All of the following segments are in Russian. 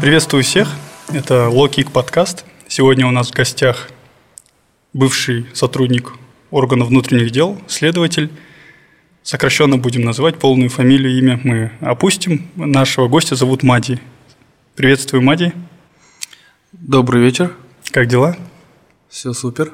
Приветствую всех, это Low-Kick подкаст. Сегодня у нас в гостях бывший сотрудник органов внутренних дел, следователь. Сокращенно будем называть, полную фамилию, имя мы опустим. Нашего гостя зовут Мади. Приветствую, Мади. Добрый вечер. Как дела? Все супер.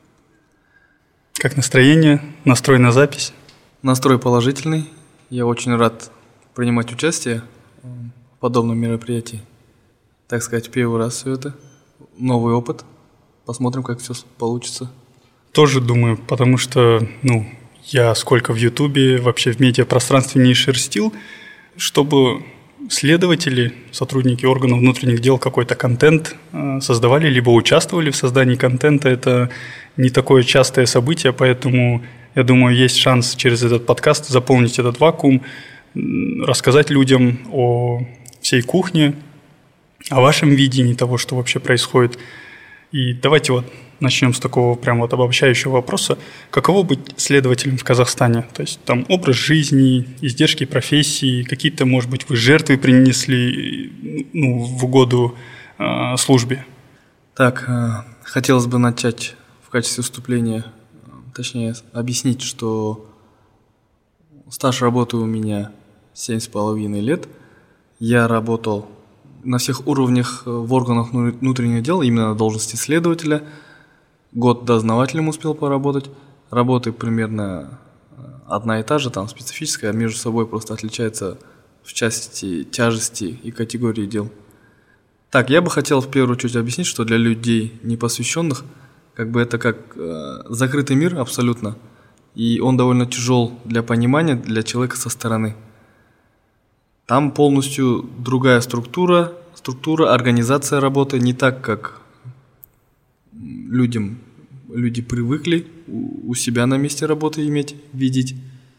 Как настроение? Настрой на запись? Настрой положительный. Я очень рад принимать участие в подобном мероприятии. Так сказать, первый раз все это. Новый опыт. Посмотрим, как все получится. Тоже думаю, потому что, я сколько в Ютубе, вообще в медиапространстве не шерстил, чтобы следователи, сотрудники органов внутренних дел какой-то контент создавали, либо участвовали в создании контента. Это не такое частое событие, поэтому, я думаю, есть шанс через этот подкаст заполнить этот вакуум, рассказать людям о всей кухне, о вашем видении того, что вообще происходит. И давайте начнем с такого прям обобщающего вопроса. Каково быть следователем в Казахстане? То есть там образ жизни, издержки профессии, какие-то, может быть, вы жертвы принесли в угоду службе? Так, хотелось бы начать в качестве вступления, точнее, объяснить, что стаж работы у меня 7,5 лет. Я работал на всех уровнях в органах внутренних дел, именно на должности следователя. Год дознавателем успел поработать. Работы примерно одна и та же, там специфическая, а между собой просто отличается в части тяжести и категории дел. Так, я бы хотел в первую очередь объяснить, что для людей непосвященных это как закрытый мир абсолютно, и он довольно тяжел для понимания для человека со стороны. Там полностью другая структура, организация работы, не так, как люди привыкли у себя на месте работы видеть.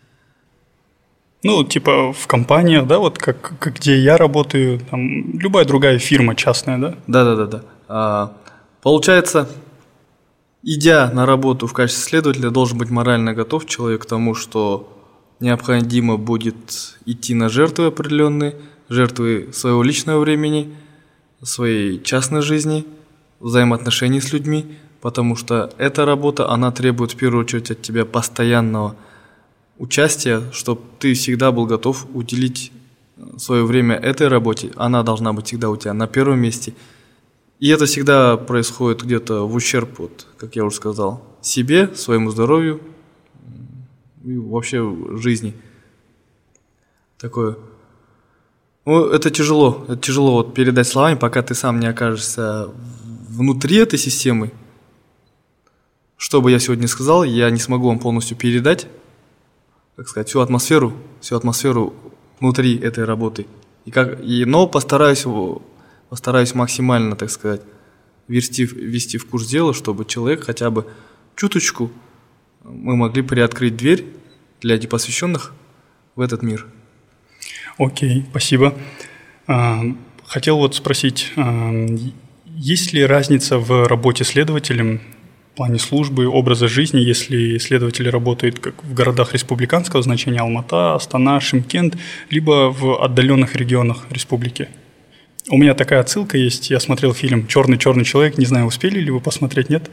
В компаниях, да, как где я работаю, там любая другая фирма частная, да? Да. Получается, идя на работу в качестве следователя, должен быть морально готов человек к тому, что необходимо будет идти на жертвы определенные, жертвы своего личного времени, своей частной жизни, взаимоотношений с людьми, потому что эта работа, она требует в первую очередь от тебя постоянного участия, чтобы ты всегда был готов уделить свое время этой работе. Она должна быть всегда у тебя на первом месте. И это всегда происходит где-то в ущерб, как я уже сказал, себе, своему здоровью и вообще жизни. Такое. Это тяжело передать словами, пока ты сам не окажешься внутри этой системы. Что бы я сегодня сказал, я не смогу вам полностью передать, всю атмосферу внутри этой работы. Но постараюсь максимально, ввести в курс дела, чтобы человек хотя бы чуточку мы могли приоткрыть дверь для непосвященных в этот мир. Окей, спасибо. Хотел спросить, есть ли разница в работе следователем в плане службы, образа жизни, если следователь работает как в городах республиканского значения Алмата, Астана, Шымкент, либо в отдаленных регионах республики? У меня такая отсылка есть, я смотрел фильм «Черный человек», не знаю, успели ли вы посмотреть, нет?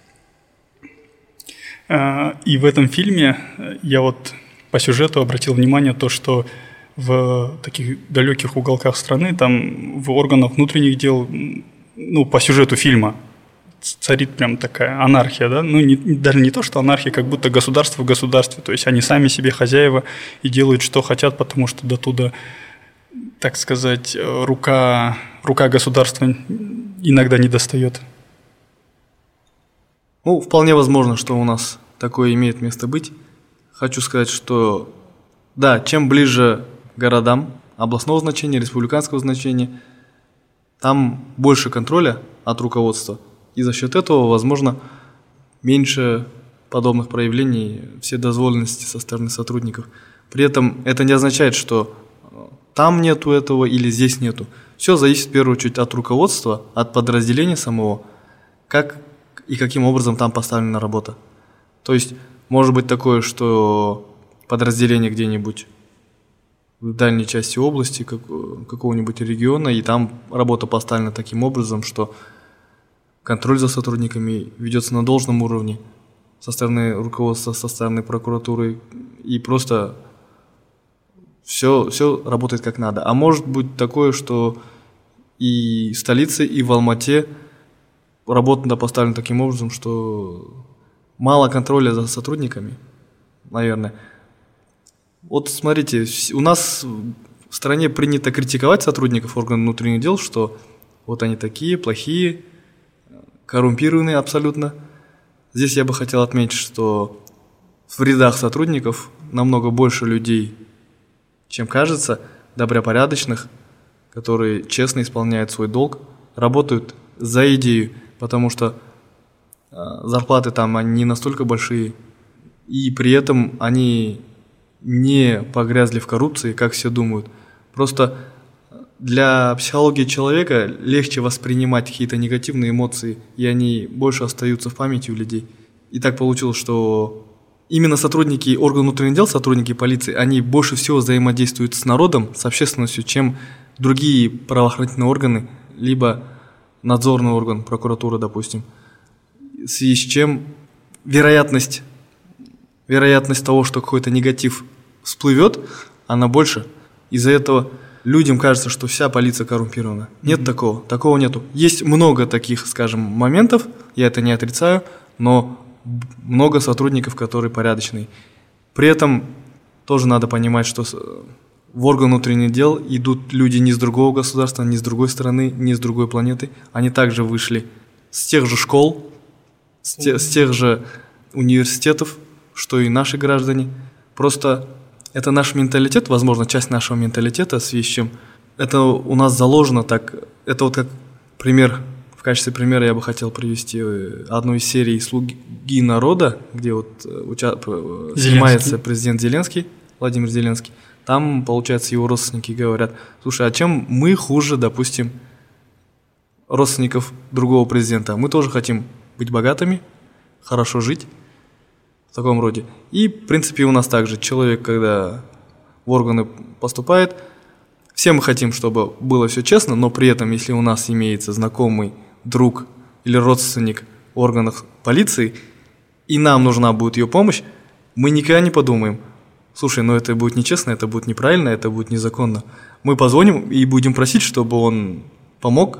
И в этом фильме я по сюжету обратил внимание то, что в таких далеких уголках страны, там в органах внутренних дел, по сюжету фильма царит прям такая анархия, да? Даже не то, что анархия, как будто государство в государстве, то есть они сами себе хозяева и делают, что хотят, потому что до туда, так сказать, рука государства иногда не достает. Вполне возможно, что у нас такое имеет место быть. Хочу сказать, что да, чем ближе к городам областного значения, республиканского значения, там больше контроля от руководства. И за счет этого, возможно, меньше подобных проявлений вседозволенности со стороны сотрудников. При этом это не означает, что там нету этого или здесь нету. Все зависит в первую очередь от руководства, от подразделения самого, как и каким образом там поставлена работа. То есть может быть такое, что подразделение где-нибудь в дальней части области, какого-нибудь региона, и там работа поставлена таким образом, что контроль за сотрудниками ведется на должном уровне со стороны руководства, со стороны прокуратуры, и просто все работает как надо. А может быть такое, что и в столице, и в Алмате работа поставлена таким образом, что мало контроля за сотрудниками, наверное. Вот смотрите, у нас в стране принято критиковать сотрудников органов внутренних дел, что вот они такие, плохие, коррумпированные абсолютно. Здесь я бы хотел отметить, что в рядах сотрудников намного больше людей, чем кажется, добропорядочных, которые честно исполняют свой долг, работают за идею, потому что зарплаты там они не настолько большие, и при этом они не погрязли в коррупции, как все думают. Просто для психологии человека легче воспринимать какие-то негативные эмоции, и они больше остаются в памяти у людей. И так получилось, что именно сотрудники органов внутренних дел, сотрудники полиции, они больше всего взаимодействуют с народом, с общественностью, чем другие правоохранительные органы, либо надзорный орган, прокуратура, допустим. В связи с чем вероятность того, что какой-то негатив всплывет, она больше. Из-за этого людям кажется, что вся полиция коррумпирована. Нет такого нету. Есть много таких, скажем, моментов, я это не отрицаю, но много сотрудников, которые порядочные. При этом тоже надо понимать, что в орган внутренних дел идут люди не с другого государства, не с другой страны, не с другой планеты. Они также вышли с тех же школ, с тех же университетов, что и наши граждане. Просто это наш менталитет, возможно, часть нашего менталитета, в связи с чем это у нас заложено так. Это вот как пример, в качестве примера я бы хотел привести одну из серий «Слуги народа», где вот снимается президент Зеленский, Владимир Зеленский. Там, получается, его родственники говорят: слушай, а чем мы хуже, допустим, родственников другого президента? Мы тоже хотим быть богатыми, хорошо жить, в таком роде. И, в принципе, у нас также человек, когда в органы поступает, все мы хотим, чтобы было все честно, но при этом, если у нас имеется знакомый, друг или родственник в органах полиции, и нам нужна будет ее помощь, мы никогда не подумаем: слушай, ну это будет нечестно, это будет неправильно, это будет незаконно. Мы позвоним и будем просить, чтобы он помог.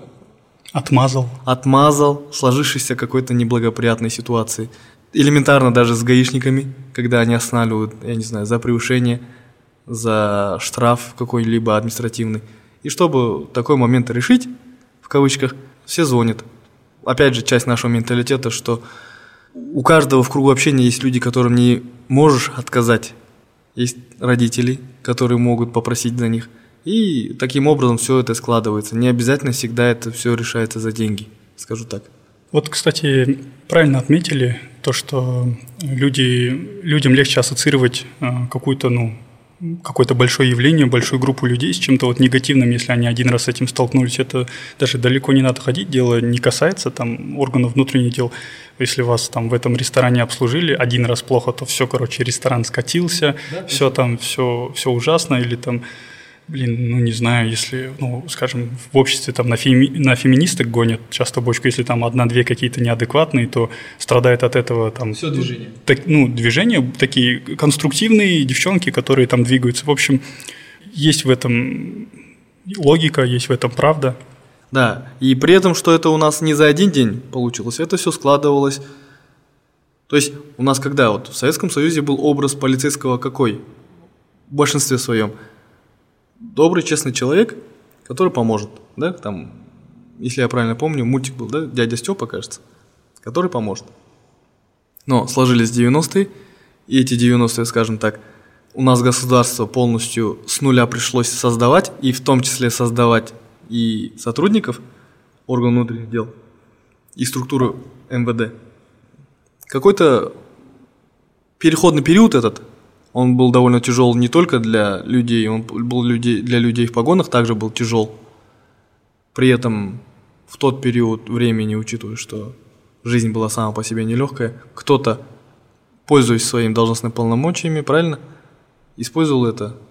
Отмазал сложившейся какой-то неблагоприятной ситуации. Элементарно даже с гаишниками, когда они останавливают, я не знаю, за превышение, за штраф какой-либо административный. И чтобы такой момент решить, в кавычках, все звонят. Опять же, часть нашего менталитета, что у каждого в кругу общения есть люди, которым не можешь отказать. Есть родители, которые могут попросить за них. И таким образом все это складывается. Не обязательно всегда это все решается за деньги, скажу так. Вот, кстати, правильно отметили то, что людям легче ассоциировать какое-то большое явление, большую группу людей с чем-то вот негативным, если они один раз с этим столкнулись. Это даже далеко не надо ходить, дело не касается там органов внутренних дел. Если вас там в этом ресторане обслужили один раз плохо, то все, ресторан скатился, все там, все ужасно, или там, не знаю, если, скажем, в обществе там на феминисток гонят часто бочку, если там одна-две какие-то неадекватные, то страдает от этого там... Все движение. Движения такие конструктивные девчонки, которые там двигаются. В общем, есть в этом логика, есть в этом правда. Да, и при этом, что это у нас не за один день получилось, это все складывалось. То есть у нас когда в Советском Союзе был образ полицейского какой? В большинстве своем. Добрый, честный человек, который поможет, да, там, если я правильно помню, мультик был, да, дядя Степа, кажется, который поможет. Но сложились 90-е, и эти 90-е, скажем так, у нас государство полностью с нуля пришлось создавать, и в том числе создавать и сотрудников органов внутренних дел, и структуру МВД. Какой-то переходный период этот, он был довольно тяжел не только для людей, он был для людей в погонах также был тяжел. При этом в тот период времени, учитывая, что жизнь была сама по себе нелегкая, кто-то, пользуясь своими должностными полномочиями, правильно, использовал это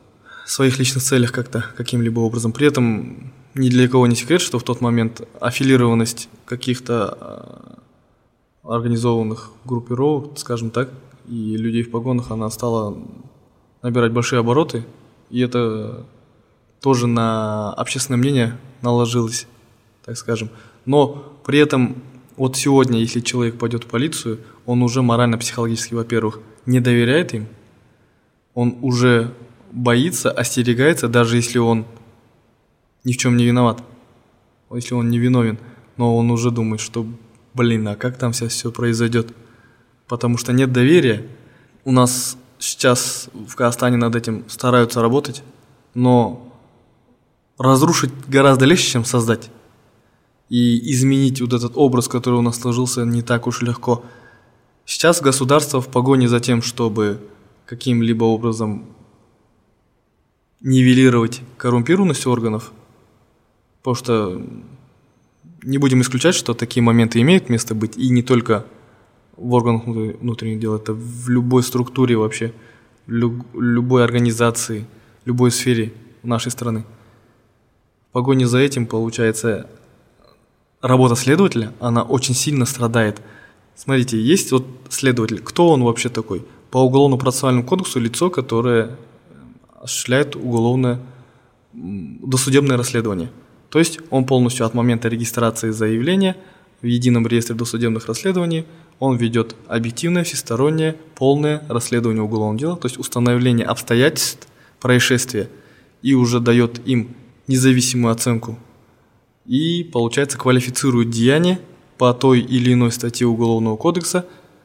своих личных целях как-то, каким-либо образом. При этом ни для кого не секрет, что в тот момент аффилированность каких-то организованных группировок, скажем так, и людей в погонах, она стала набирать большие обороты, и это тоже на общественное мнение наложилось, так скажем. Но при этом вот сегодня, если человек пойдет в полицию, он уже морально-психологически, во-первых, не доверяет им, он уже боится, остерегается, даже если он ни в чем не виноват, если он не виновен, но он уже думает, что, а как там сейчас все произойдет, потому что нет доверия. У нас сейчас в Казахстане над этим стараются работать, но разрушить гораздо легче, чем создать. И изменить вот этот образ, который у нас сложился, не так уж легко. Сейчас государство в погоне за тем, чтобы каким-либо образом нивелировать коррумпированность органов, потому что не будем исключать, что такие моменты имеют место быть, и не только в органах внутренних дел, это в любой структуре вообще, любой организации, любой сфере нашей страны. В погоне за этим, получается, работа следователя, она очень сильно страдает. Смотрите, есть вот следователь, кто он вообще такой? По Уголовно-процессуальному кодексу лицо, которое осуществляет уголовное досудебное расследование. То есть он полностью от момента регистрации заявления в Едином реестре досудебных расследований он ведет объективное, всестороннее, полное расследование уголовного дела, то есть установление обстоятельств происшествия, и уже дает им независимую оценку. И, получается, квалифицирует деяние по той или иной статье Уголовного кодекса,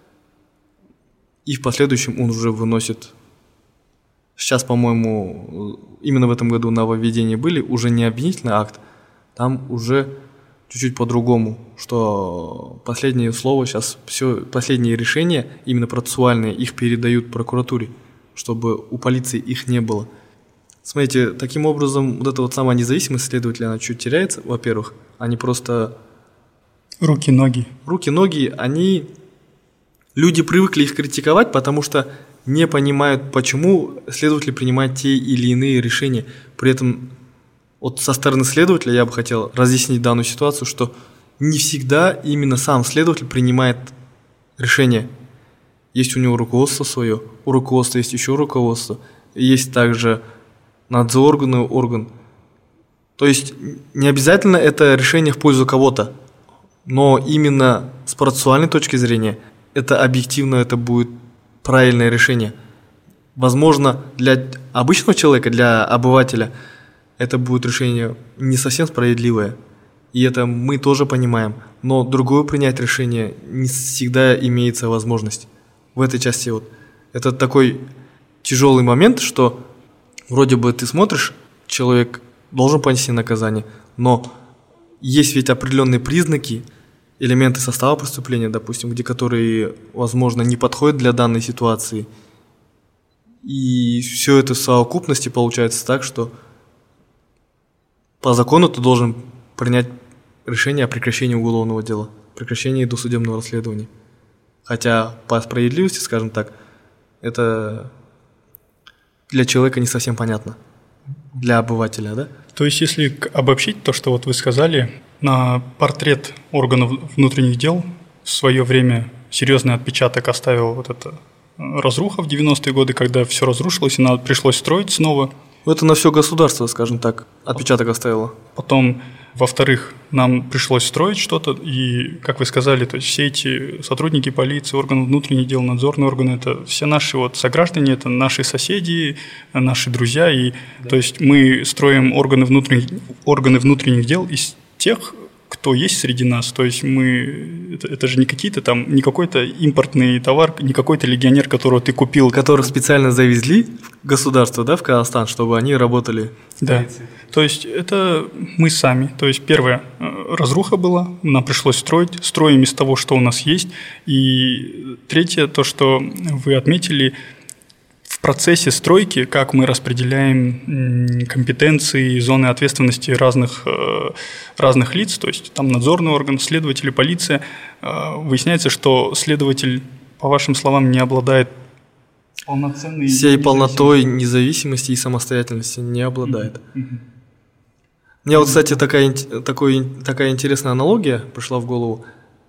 и в последующем он уже выносит. Сейчас, по-моему, именно в этом году нововведения были, уже не обвинительный акт, там уже чуть-чуть по-другому, что последнее слово сейчас, все последние решения, именно процессуальные, их передают прокуратуре, чтобы у полиции их не было. Смотрите, таким образом, вот эта вот самая независимость следователя, она чуть теряется, во-первых, они просто... Руки-ноги, они... Люди привыкли их критиковать, потому что не понимают, почему следователь принимает те или иные решения. При этом вот со стороны следователя я бы хотел разъяснить данную ситуацию, что не всегда именно сам следователь принимает решение. Есть у него руководство свое, у руководства есть еще руководство, есть также надзорный орган. То есть не обязательно это решение в пользу кого-то, но именно с процессуальной точки зрения это объективно, это будет правильное решение. Возможно, для обычного человека, для обывателя, это будет решение не совсем справедливое. И это мы тоже понимаем. Но другое принять решение не всегда имеется возможность. В этой части вот. Это такой тяжелый момент, что вроде бы ты смотришь, человек должен понести наказание, но есть ведь определенные признаки, элементы состава преступления, допустим, которые, возможно, не подходят для данной ситуации. И все это в совокупности получается так, что по закону ты должен принять решение о прекращении уголовного дела, прекращении досудебного расследования. Хотя по справедливости, скажем так, это для человека не совсем понятно, для обывателя, да? То есть, если обобщить то, что вот вы сказали, на портрет органов внутренних дел в свое время серьезный отпечаток оставил вот эта разруха в 90-е годы, когда все разрушилось, и пришлось строить снова. Это на все государство, скажем так, отпечаток оставило. Потом, во-вторых, нам пришлось строить что-то, и, как вы сказали, то есть все эти сотрудники полиции, органов внутренних дел, надзорные органы, это все наши вот сограждане, это наши соседи, наши друзья, и да. То есть мы строим органы внутренних дел из тех, кто есть среди нас, то есть мы, это же не какие-то там, не какой-то импортный товар, не какой-то легионер, которого ты купил. Которых специально завезли в государство, да, в Казахстан, чтобы они работали. Да, то есть это мы сами, то есть первое, разруха была, нам пришлось строим из того, что у нас есть, и третье, то, что вы отметили, в процессе стройки, как мы распределяем компетенции, зоны ответственности разных лиц, то есть там надзорный орган, следователи, полиция, выясняется, что следователь, по вашим словам, не обладает полноценной всей полнотой независимости и самостоятельности не обладает. Мне вот, кстати, такая интересная аналогия пришла в голову.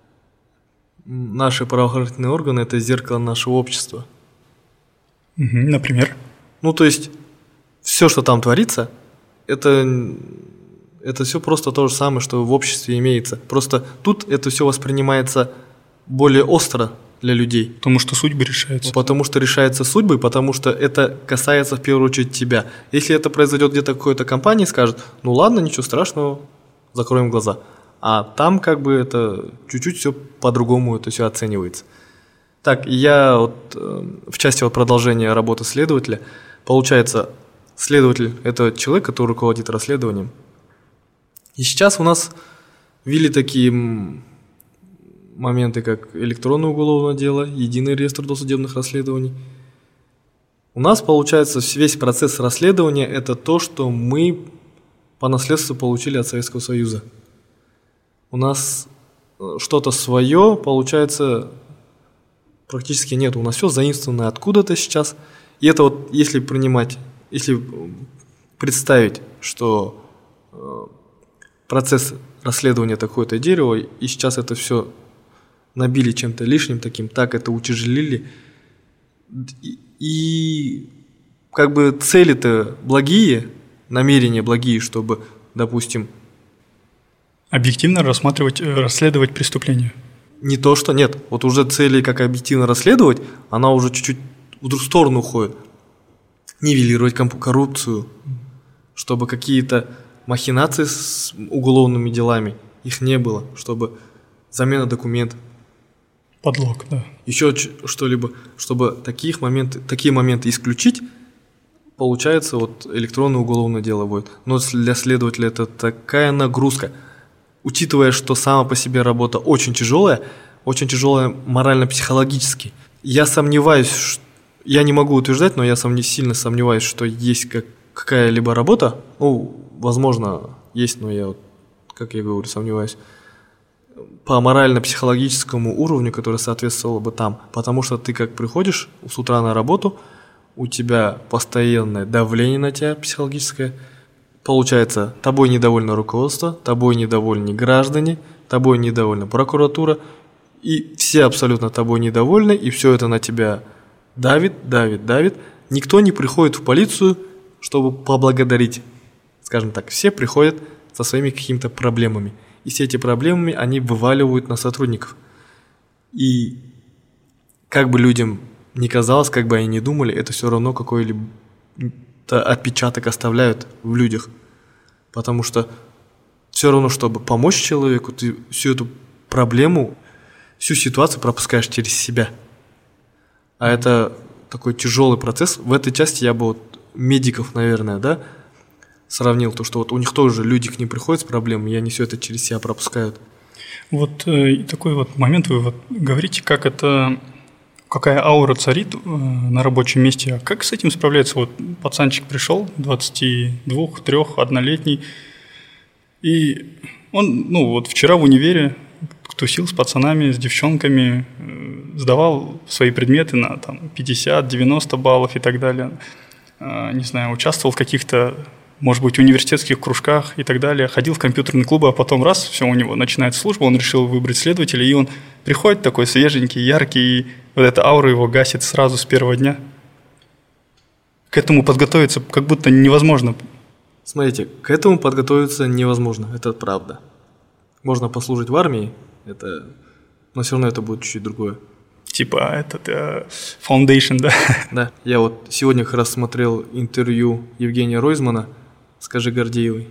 Наши правоохранительные органы – это зеркало нашего общества. Например? Ну, то есть, все, что там творится, это все просто то же самое, что в обществе имеется. Просто тут это все воспринимается более остро для людей. Потому что судьбы решаются. Потому что решаются судьбы, потому что это касается в первую очередь тебя. Если это произойдет где-то в какой-то компании, скажут, ну ладно, ничего страшного, закроем глаза. А там как бы это чуть-чуть все по-другому это все оценивается. Так, я вот в части вот продолжения работы следователя, получается, следователь – это человек, который руководит расследованием. И сейчас у нас ввели такие моменты, как электронное уголовное дело, единый реестр досудебных расследований. У нас, получается, весь процесс расследования – это то, что мы по наследству получили от Советского Союза. У нас что-то свое, получается, практически нет. У нас все заимствовано откуда-то сейчас. И это вот, если представить, что процесс расследования такое-то дерево, и сейчас это все набили чем-то лишним таким, так это утяжелили. И как бы цели-то благие, намерения благие, чтобы, допустим, объективно расследовать преступление. Не то, что нет. Вот уже цели, как объективно расследовать, она уже чуть-чуть в другую сторону уходит. Нивелировать коррупцию, чтобы какие-то махинации с уголовными делами, их не было, чтобы замена документов. Подлог, да. Еще что-либо, чтобы такие моменты исключить, получается, вот электронное уголовное дело будет. Но для следователя это такая нагрузка. Учитывая, что сама по себе работа очень тяжелая морально-психологически. Я сомневаюсь, я не могу утверждать, но я сильно сомневаюсь, что есть какая-либо работа, ну, возможно, есть, но я, как я говорю, сомневаюсь, по морально-психологическому уровню, который соответствовал бы там. Потому что ты как приходишь с утра на работу, у тебя постоянное давление на тебя психологическое, получается, тобой недовольно руководство, тобой недовольны граждане, тобой недовольна прокуратура, и все абсолютно тобой недовольны, и все это на тебя давит. Никто не приходит в полицию, чтобы поблагодарить. Скажем так, все приходят со своими какими-то проблемами. И все эти проблемы они вываливают на сотрудников. И как бы людям ни казалось, как бы они ни думали, это все равно какой-либо отпечаток оставляют в людях. Потому что все равно, чтобы помочь человеку, ты всю эту проблему, всю ситуацию пропускаешь через себя. А это такой тяжелый процесс. В этой части я бы вот медиков, наверное, да, сравнил, то, что вот у них тоже люди к ним приходят с проблемами, и они все это через себя пропускают. Вот такой вот момент, вы вот говорите, какая аура царит на рабочем месте, а как с этим справляется? Вот пацанчик пришел, 22-3-1-летний, и он, вот вчера в универе тусил с пацанами, с девчонками, сдавал свои предметы на 50-90 баллов и так далее, не знаю, участвовал в каких-то, может быть, университетских кружках и так далее, ходил в компьютерные клубы, а потом раз, все, у него начинается служба, он решил выбрать следователя, и он приходит такой свеженький, яркий, и вот эта аура его гасит сразу с первого дня. К этому подготовиться как будто невозможно. Смотрите, к этому подготовиться невозможно, это правда. Можно послужить в армии, но все равно это будет чуть-чуть другое. Типа foundation, да? Да, я вот сегодня как раз смотрел интервью Евгения Ройзмана с Кажи Гордеевой.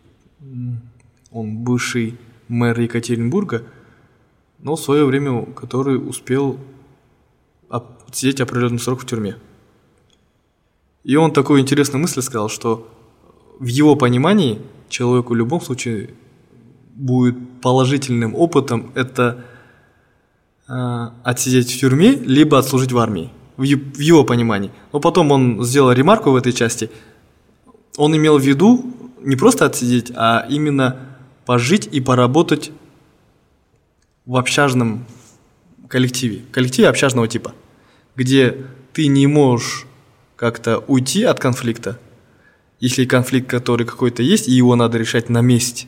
Он бывший мэр Екатеринбурга, но в свое время который успел сидеть определенный срок в тюрьме. И он такую интересную мысль сказал, что в его понимании человеку в любом случае будет положительным опытом это отсидеть в тюрьме, либо отслужить в армии, в его понимании. Но потом он сделал ремарку в этой части. Он имел в виду не просто отсидеть, а именно пожить и поработать в общажном коллективе общажного типа, где ты не можешь как-то уйти от конфликта, если конфликт, который какой-то есть, и его надо решать на месте,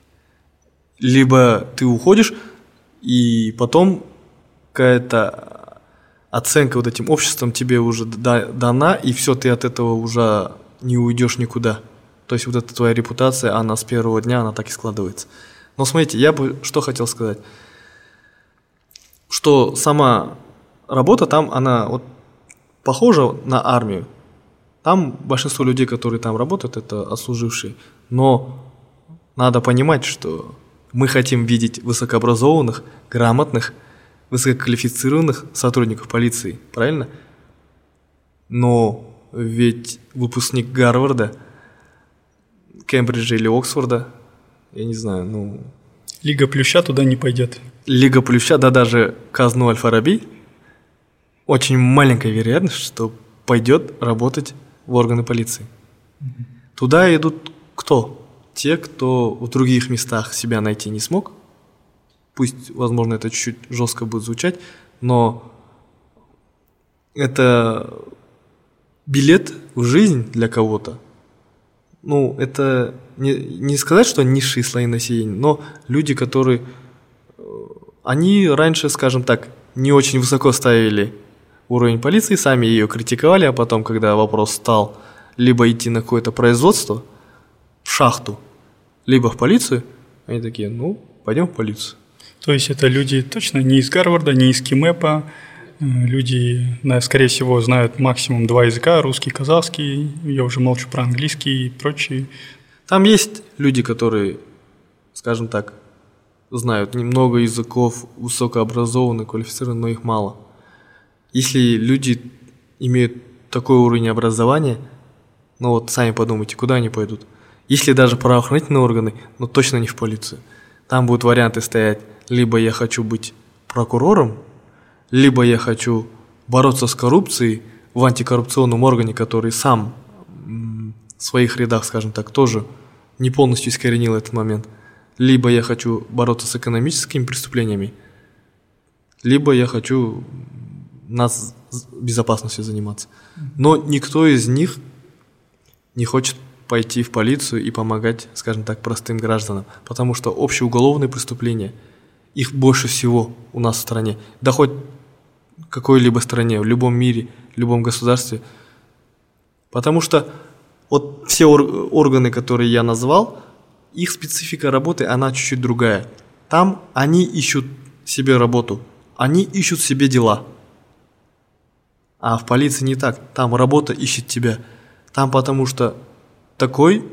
либо ты уходишь, и потом какая-то оценка вот этим обществом тебе уже дана, и все, ты от этого уже не уйдешь никуда. То есть вот эта твоя репутация, она с первого дня, она так и складывается. Но смотрите, я бы что хотел сказать, что сама работа там, она вот похожа на армию. Там большинство людей, которые там работают, это отслужившие. Но надо понимать, что мы хотим видеть высокообразованных, грамотных, высококвалифицированных сотрудников полиции, правильно? Но ведь выпускник Гарварда, Кембриджа или Оксфорда, я не знаю, Лига Плюща туда не пойдет. Лига Плюща, да даже Казну Аль-Фараби, очень маленькая вероятность, что пойдет работать в органы полиции. Туда идут кто? Те, кто в других местах себя найти не смог. Пусть, возможно, это чуть-чуть жестко будет звучать, но это билет в жизнь для кого-то. Это не сказать, что низшие слои населения, но люди, которые... Они раньше, скажем так, не очень высоко ставили уровень полиции, сами ее критиковали, а потом, когда вопрос стал либо идти на какое-то производство, в шахту, либо в полицию, они такие, пойдем в полицию. То есть это люди точно не из Гарварда, не из КИМЭПа, люди, скорее всего, знают максимум 2 языка, русский, казахский, я уже молчу про английский и прочие. Там есть люди, которые, скажем так, знают немного языков, высокообразованные, квалифицированные, но их мало. Если люди имеют такой уровень образования, сами подумайте, куда они пойдут. Если даже правоохранительные органы, точно не в полицию. Там будут варианты стоять, либо я хочу быть прокурором, либо я хочу бороться с коррупцией в антикоррупционном органе, который сам в своих рядах, скажем так, тоже не полностью искоренил этот момент. Либо я хочу бороться с экономическими преступлениями, либо я хочу безопасностью заниматься. Но никто из них не хочет пойти в полицию и помогать, скажем так, простым гражданам, потому что общеуголовные преступления, их больше всего у нас в стране, да хоть в какой-либо стране, в любом мире, в любом государстве, потому что вот все органы, которые я назвал, их специфика работы, она чуть-чуть другая. Там они ищут себе работу, они ищут себе дела. А в полиции не так. Там работа ищет тебя. Там потому что такой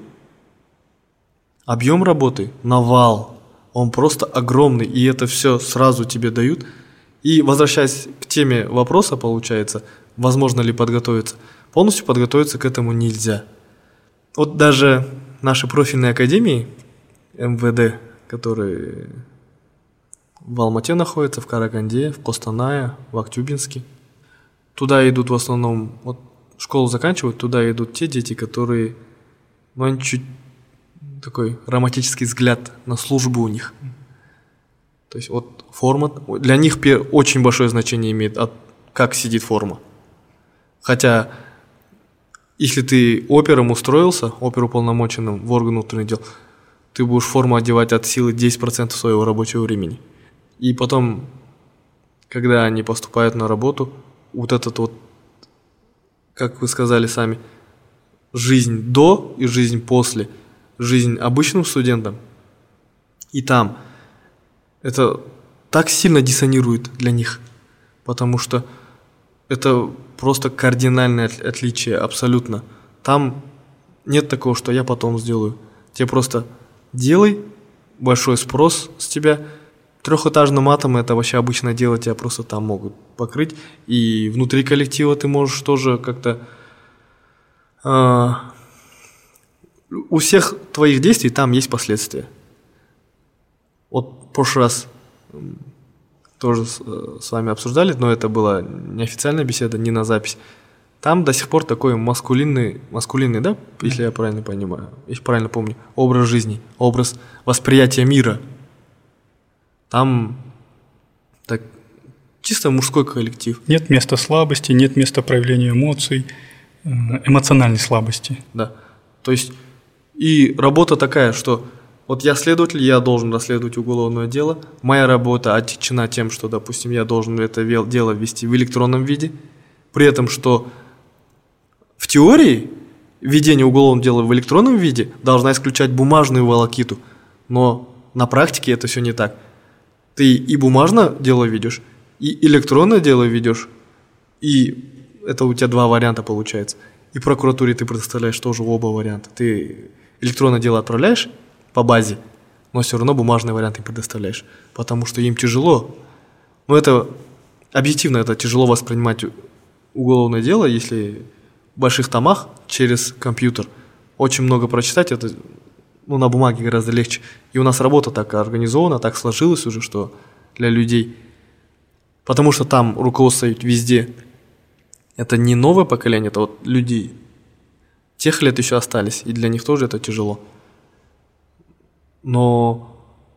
объем работы, навал, он просто огромный, и это все сразу тебе дают. И возвращаясь к теме вопроса, получается, возможно ли подготовиться, полностью подготовиться к этому нельзя. Вот даже наши профильные академии МВД, которые в Алмате находятся, в Караганде, в Костанае, в Актюбинске, туда идут в основном, вот школу заканчивают, туда идут те дети, которые, они чуть такой романтический взгляд на службу у них. То есть вот форма, для них очень большое значение имеет, как сидит форма. Хотя, если ты опером устроился, оперуполномоченным в орган внутренних дел, ты будешь форму одевать от силы 10% своего рабочего времени. И потом, когда они поступают на работу, вот этот вот, как вы сказали сами, жизнь до и жизнь после, жизнь обычным студентам, и там это так сильно диссонирует для них, потому что это просто кардинальное отличие, абсолютно. Там нет такого, что я потом сделаю. Тебе просто делай, большой спрос с тебя. Трехэтажным атом это вообще обычное дело, тебя просто там могут покрыть. И внутри коллектива ты можешь тоже как-то... у всех твоих действий там есть последствия. Вот в прошлый раз тоже с вами обсуждали, но это была неофициальная беседа, не на запись. Там до сих пор такой маскулинный, да, если я правильно понимаю, если правильно помню, образ жизни, образ восприятия мира. Там чисто мужской коллектив. Нет места слабости, нет места проявления эмоций, эмоциональной слабости. Да. То есть и работа такая, что вот я следователь, я должен расследовать уголовное дело. Моя работа отягчена тем, что, допустим, я должен это дело ввести в электронном виде. При этом, что в теории введение уголовного дела в электронном виде должна исключать бумажную волокиту. Но на практике это все не так. Ты и бумажное дело ведешь, и электронное дело ведешь, и это у тебя два варианта получается. И прокуратуре ты предоставляешь тоже оба варианта. Ты электронное дело отправляешь по базе, но все равно бумажный вариант ты предоставляешь, потому что им тяжело. Но это объективно, это тяжело воспринимать уголовное дело, если в больших томах через компьютер очень много прочитать, это на бумаге гораздо легче. И у нас работа так организована, так сложилась уже, что для людей, потому что там руководство везде, это не новое поколение, это вот люди тех лет еще остались, и для них тоже это тяжело. Но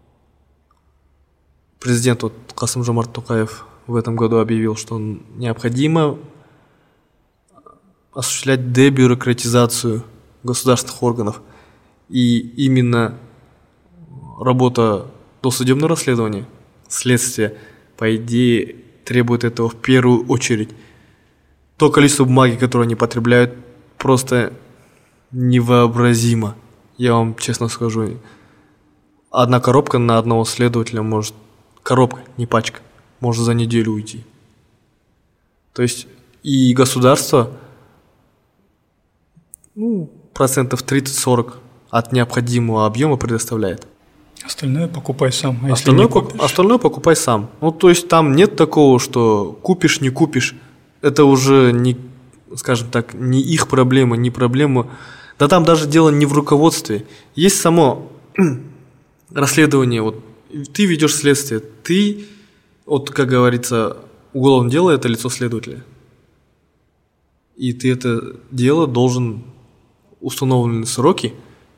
президент Касым-Жомарт Токаев в этом году объявил, что необходимо осуществлять дебюрократизацию государственных органов. И именно работа досудебного расследования, следствия, по идее, требует этого в первую очередь. То количество бумаги, которое они потребляют, просто невообразимо. Я вам честно скажу. Одна коробка на одного следователя может... Коробка, не пачка. Может за неделю уйти. То есть и государство 30-40% от необходимого объема предоставляет. Остальное покупай сам. А остальное покупай сам. То есть там нет такого, что купишь, не купишь. Это уже не, скажем так, не их проблема, не проблема. Да там даже дело не в руководстве. Есть само расследование. Вот ты ведешь следствие, ты, как говорится, уголовное дело – это лицо следователя. И ты это дело должен, установленные сроки,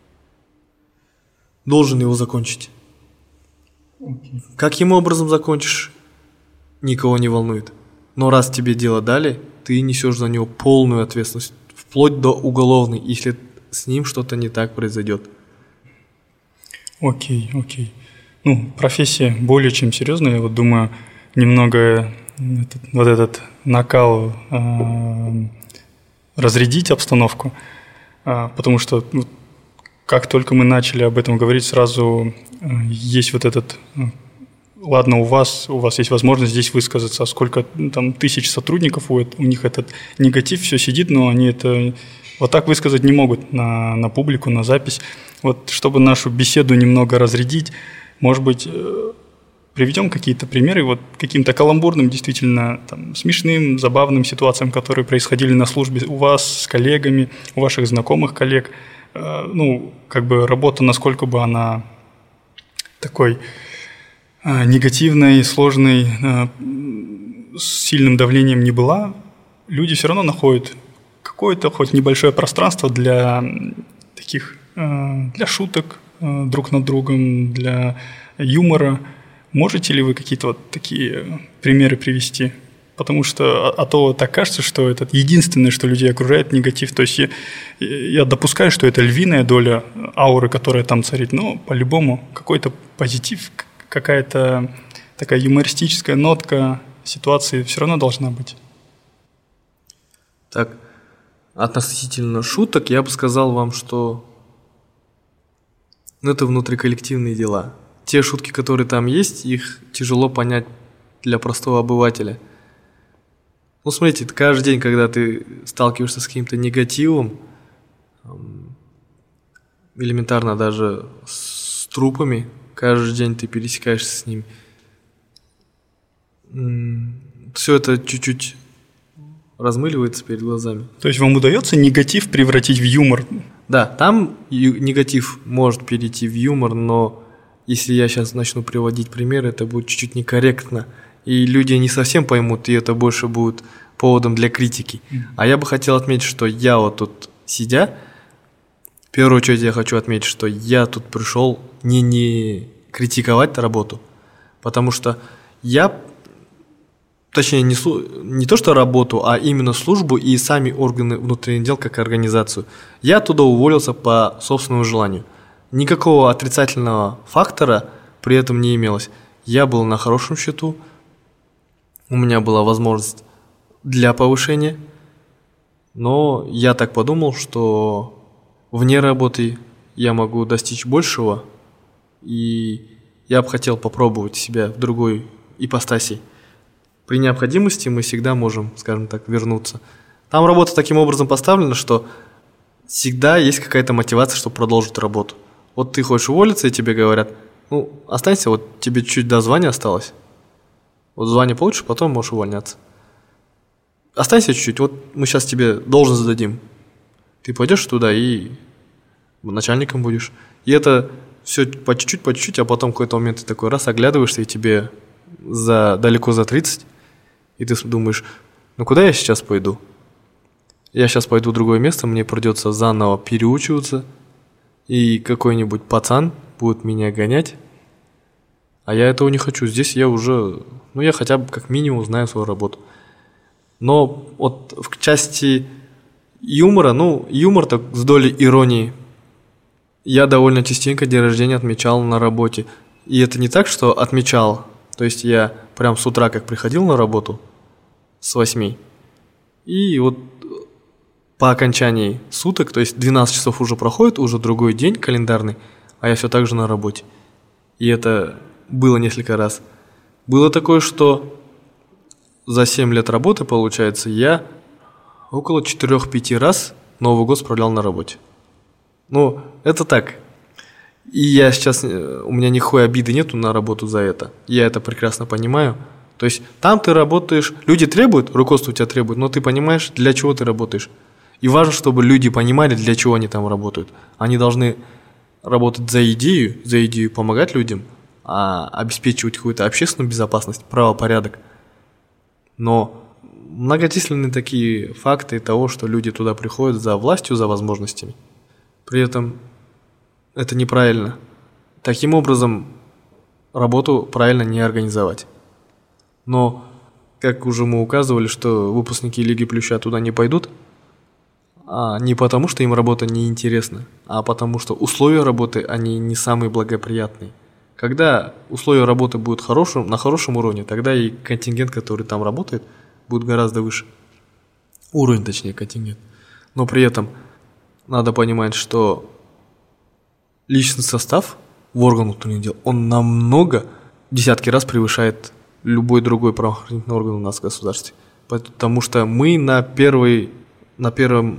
должен его закончить. Каким образом закончишь, никого не волнует. Но раз тебе дело дали, ты несешь за него полную ответственность, вплоть до уголовной, если с ним что-то не так произойдет. Окей. Профессия более чем серьезная. Я думаю, немного этот накал разрядить обстановку, потому что как только мы начали об этом говорить, сразу есть ладно, у вас есть возможность здесь высказаться, а сколько там тысяч сотрудников, у них этот негатив все сидит, но они это вот так высказать не могут на публику, на запись. Вот чтобы нашу беседу немного разрядить, может быть, приведем какие-то примеры, каким-то каламбурным, действительно смешным, забавным ситуациям, которые происходили на службе у вас с коллегами, у ваших знакомых коллег. Работа, насколько бы она такой негативной, сложной, с сильным давлением не была, люди все равно находят какое-то хоть небольшое пространство для шуток друг над другом, для юмора. Можете ли вы какие-то такие примеры привести? Потому что то так кажется, что это единственное, что людей окружает, негатив. То есть я допускаю, что это львиная доля ауры, которая там царит, но по-любому какой-то позитив, какая-то такая юмористическая нотка ситуации все равно должна быть. Так, относительно шуток я бы сказал вам, что это внутриколлективные дела. Те шутки, которые там есть, их тяжело понять для простого обывателя. Смотрите, каждый день, когда ты сталкиваешься с каким-то негативом, элементарно даже с трупами, каждый день ты пересекаешься с ними, все это чуть-чуть размыливается перед глазами. То есть вам удается негатив превратить в юмор? Да, там негатив может перейти в юмор, но если я сейчас начну приводить примеры, это будет чуть-чуть некорректно. И люди не совсем поймут, и это больше будет поводом для критики. А я бы хотел отметить, что я тут сидя, в первую очередь я хочу отметить, что я тут пришел не критиковать работу, потому что я точнее, не то что работу, а именно службу и сами органы внутренних дел как организацию. Я оттуда уволился по собственному желанию. Никакого отрицательного фактора при этом не имелось. Я был на хорошем счету, у меня была возможность для повышения, но я так подумал, что вне работы я могу достичь большего, и я бы хотел попробовать себя в другой ипостаси. При необходимости мы всегда можем, скажем так, вернуться. Там работа таким образом поставлена, что всегда есть какая-то мотивация, чтобы продолжить работу. Вот ты хочешь уволиться, и тебе говорят, ну, останься, вот тебе чуть до звания осталось. Вот звание получишь, потом можешь увольняться. Останься чуть-чуть, вот мы сейчас тебе должность зададим. Ты пойдешь туда и начальником будешь. И это все по чуть-чуть, а потом в какой-то момент ты такой раз оглядываешься, и тебе далеко за 30, и ты думаешь, ну куда я сейчас пойду? Я сейчас пойду в другое место, мне придется заново переучиваться, и какой-нибудь пацан будет меня гонять, а я этого не хочу. Здесь я уже, я хотя бы как минимум знаю свою работу. Но вот в части юмора, юмор так с долей иронии. Я довольно частенько день рождения отмечал на работе. И это не так, что отмечал. То есть я прям с утра как приходил на работу, с 8. И вот по окончании суток, то есть 12 часов уже проходит, уже другой день календарный, а я все так же на работе. И это было несколько раз. Было такое, что за 7 лет работы, получается, я около 4-5 раз Новый год справлял на работе. Это так. И я сейчас, у меня никакой обиды нету на работу за это. Я это прекрасно понимаю. То есть там ты работаешь, люди требуют, руководство тебя требует, но ты понимаешь, для чего ты работаешь. И важно, чтобы люди понимали, для чего они там работают. Они должны работать за идею помогать людям, а обеспечивать какую-то общественную безопасность, правопорядок. Но многочисленные такие факты того, что люди туда приходят за властью, за возможностями. При этом это неправильно. Таким образом, работу правильно не организовать. Но, как уже мы указывали, что выпускники Лиги Плюща туда не пойдут, не потому, что им работа неинтересна, а потому, что условия работы, они не самые благоприятные. Когда условия работы будут на хорошем уровне, тогда и контингент, который там работает, будет гораздо выше. Уровень, точнее, контингент. Но при этом надо понимать, что личный состав в органах внутренних дел, он намного, десятки раз превышает любой другой правоохранительный орган у нас в государстве. Потому что мы на первом,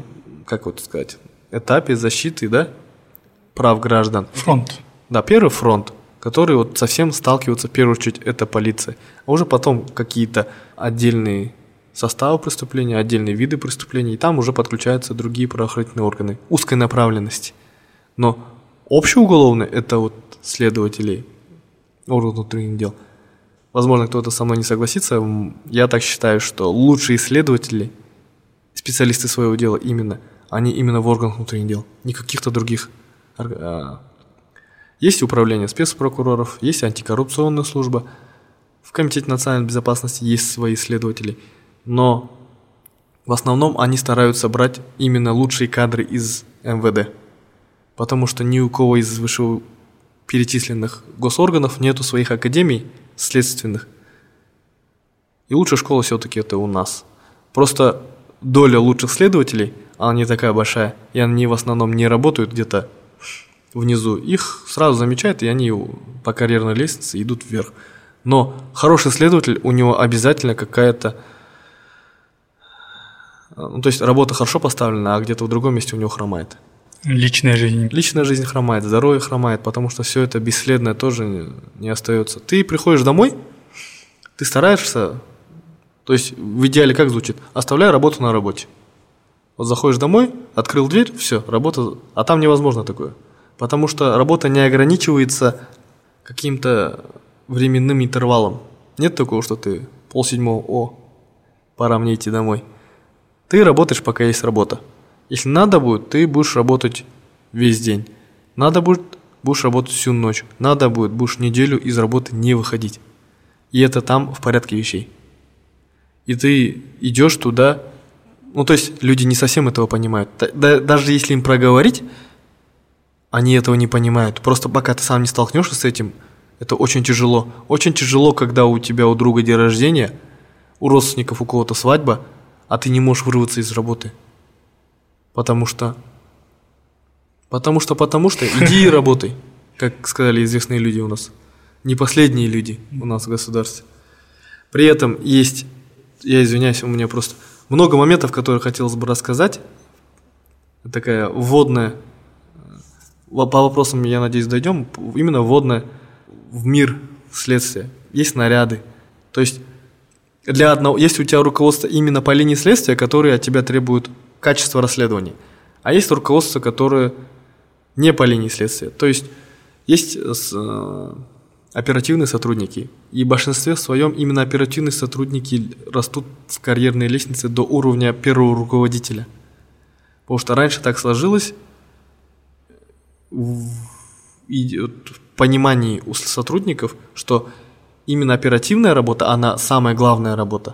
этапе защиты, прав граждан. Фронт. Да, первый фронт, который совсем сталкивается в первую очередь, это полиция. А уже потом какие-то отдельные составы преступления, отдельные виды преступлений, и там уже подключаются другие правоохранительные органы узкой направленности. Но общеуголовные – это следователи органов внутренних дел. Возможно, кто-то со мной не согласится. Я так считаю, что лучшие следователи, специалисты своего дела они именно в органах внутренних дел, не каких-то других. Есть управление спецпрокуроров, есть антикоррупционная служба, в Комитете национальной безопасности есть свои следователи, но в основном они стараются брать именно лучшие кадры из МВД, потому что ни у кого из вышеперечисленных госорганов нету своих академий следственных, и лучшая школа все-таки это у нас. Просто доля лучших следователей, она не такая большая, и они в основном не работают где-то внизу. Их сразу замечают, и они по карьерной лестнице идут вверх. Но хороший следователь, у него обязательно какая-то... то есть работа хорошо поставлена, а где-то в другом месте у него хромает. Личная жизнь. Личная жизнь хромает, здоровье хромает, потому что все это бесследное тоже не остается. Ты приходишь домой, ты стараешься... То есть в идеале как звучит? Оставляй работу на работе. Вот заходишь домой, открыл дверь, все, работа... А там невозможно такое. Потому что работа не ограничивается каким-то временным интервалом. Нет такого, что ты 6:30, пора мне идти домой. Ты работаешь, пока есть работа. Если надо будет, ты будешь работать весь день. Надо будет, будешь работать всю ночь. Надо будет, будешь неделю из работы не выходить. И это там в порядке вещей. и ты идешь туда. Ну, то есть люди не совсем этого понимают. Даже если им проговорить, они этого не понимают. Просто пока ты сам не столкнешься с этим, это очень тяжело. Очень тяжело, когда у тебя у друга день рождения, у родственников у кого-то свадьба, а ты не можешь вырваться из работы. Потому что иди и работай, как сказали известные люди у нас. Не последние люди у нас в государстве. При этом есть, я извиняюсь, у меня просто много моментов, которые хотелось бы рассказать. Такая вводная, по вопросам, я надеюсь, дойдем, именно вводная в мир следствия. Есть наряды. То есть есть у тебя руководство именно по линии следствия, которые от тебя требуют качества расследования. А есть руководство, которое не по линии следствия. То есть оперативные сотрудники. И в большинстве своем именно оперативные сотрудники растут в карьерной лестнице до уровня первого руководителя. Потому что раньше так сложилось, в понимании у сотрудников, что именно оперативная работа, она самая главная работа.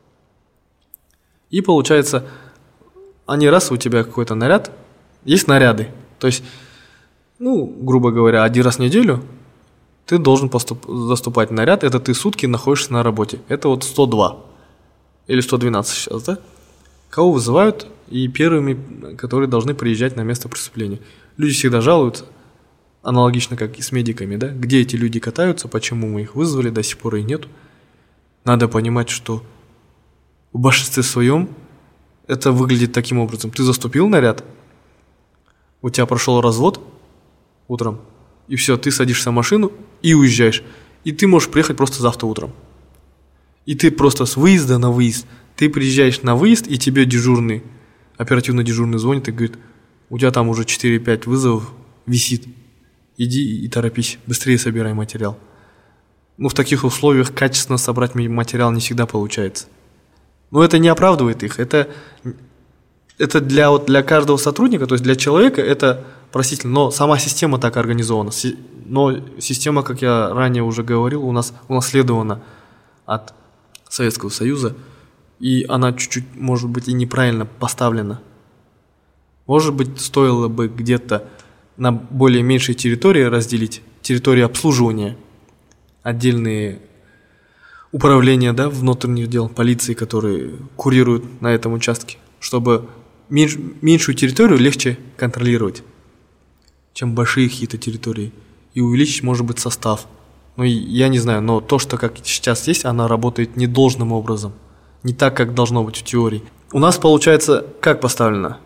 И получается, у тебя какой-то наряд, есть наряды. То есть, грубо говоря, 1 раз в неделю ты должен заступать в наряд, это ты сутки находишься на работе. Это вот 102 или 112 сейчас, да? Кого вызывают, и первыми, которые должны приезжать на место преступления. Люди всегда жалуются, аналогично как и с медиками, да? Где эти люди катаются, почему мы их вызвали, до сих пор и нету. Надо понимать, что в большинстве своем это выглядит таким образом. Ты заступил в наряд, у тебя прошел развод утром, и все, ты садишься в машину и уезжаешь. И ты можешь приехать просто завтра утром. И ты просто с выезда на выезд. Ты приезжаешь на выезд, и тебе дежурный, оперативно дежурный звонит и говорит: у тебя там уже 4-5 вызовов висит. Иди и торопись, быстрее собирай материал. В таких условиях качественно собрать материал не всегда получается. Но это не оправдывает их. Это для каждого сотрудника, то есть для человека, это простительно. Но сама система так организована. Но система, как я ранее уже говорил, у нас унаследована от Советского Союза. И она чуть-чуть, может быть, и неправильно поставлена. Может быть, стоило бы где-то на более меньшей территории разделить территории обслуживания, отдельные управления, внутренних дел, полиции, которые курируют на этом участке, чтобы меньшую территорию легче контролировать, чем большие какие-то территории, и увеличить, может быть, состав. Я не знаю, но то, что как сейчас есть, она работает не должным образом, не так, как должно быть в теории. У нас, получается, как поставлено?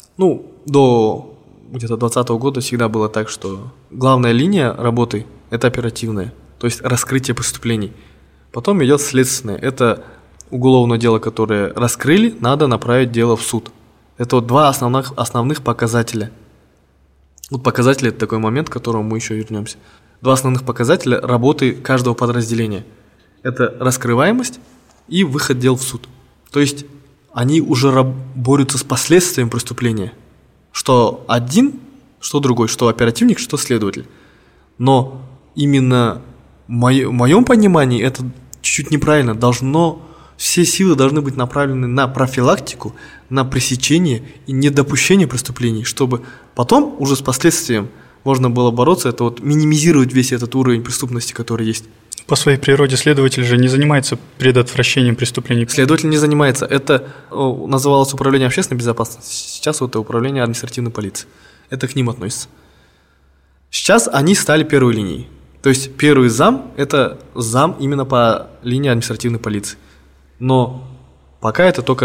До где-то 2020 года всегда было так, что главная линия работы – это оперативная, то есть раскрытие преступлений. Потом идет следственное. Это уголовное дело, которое раскрыли, надо направить дело в суд. Это 2 основных показателя. Показатели – это такой момент, к которому мы еще вернемся. 2 основных показателя работы каждого подразделения. Это раскрываемость и выход дел в суд. То есть они уже борются с последствием преступления. Что один, что другой, что оперативник, что следователь. Но именно в моем понимании это чуть-чуть неправильно. Все силы должны быть направлены на профилактику, на пресечение и недопущение преступлений, чтобы потом уже с последствием можно было бороться, это минимизировать весь этот уровень преступности, который есть. По своей природе следователь же не занимается предотвращением преступлений. Следователь не занимается. Это называлось управление общественной безопасности. Сейчас это управление административной полиции. Это к ним относится. Сейчас они стали первой линией. То есть первый зам – это зам именно по линии административной полиции. Но пока это только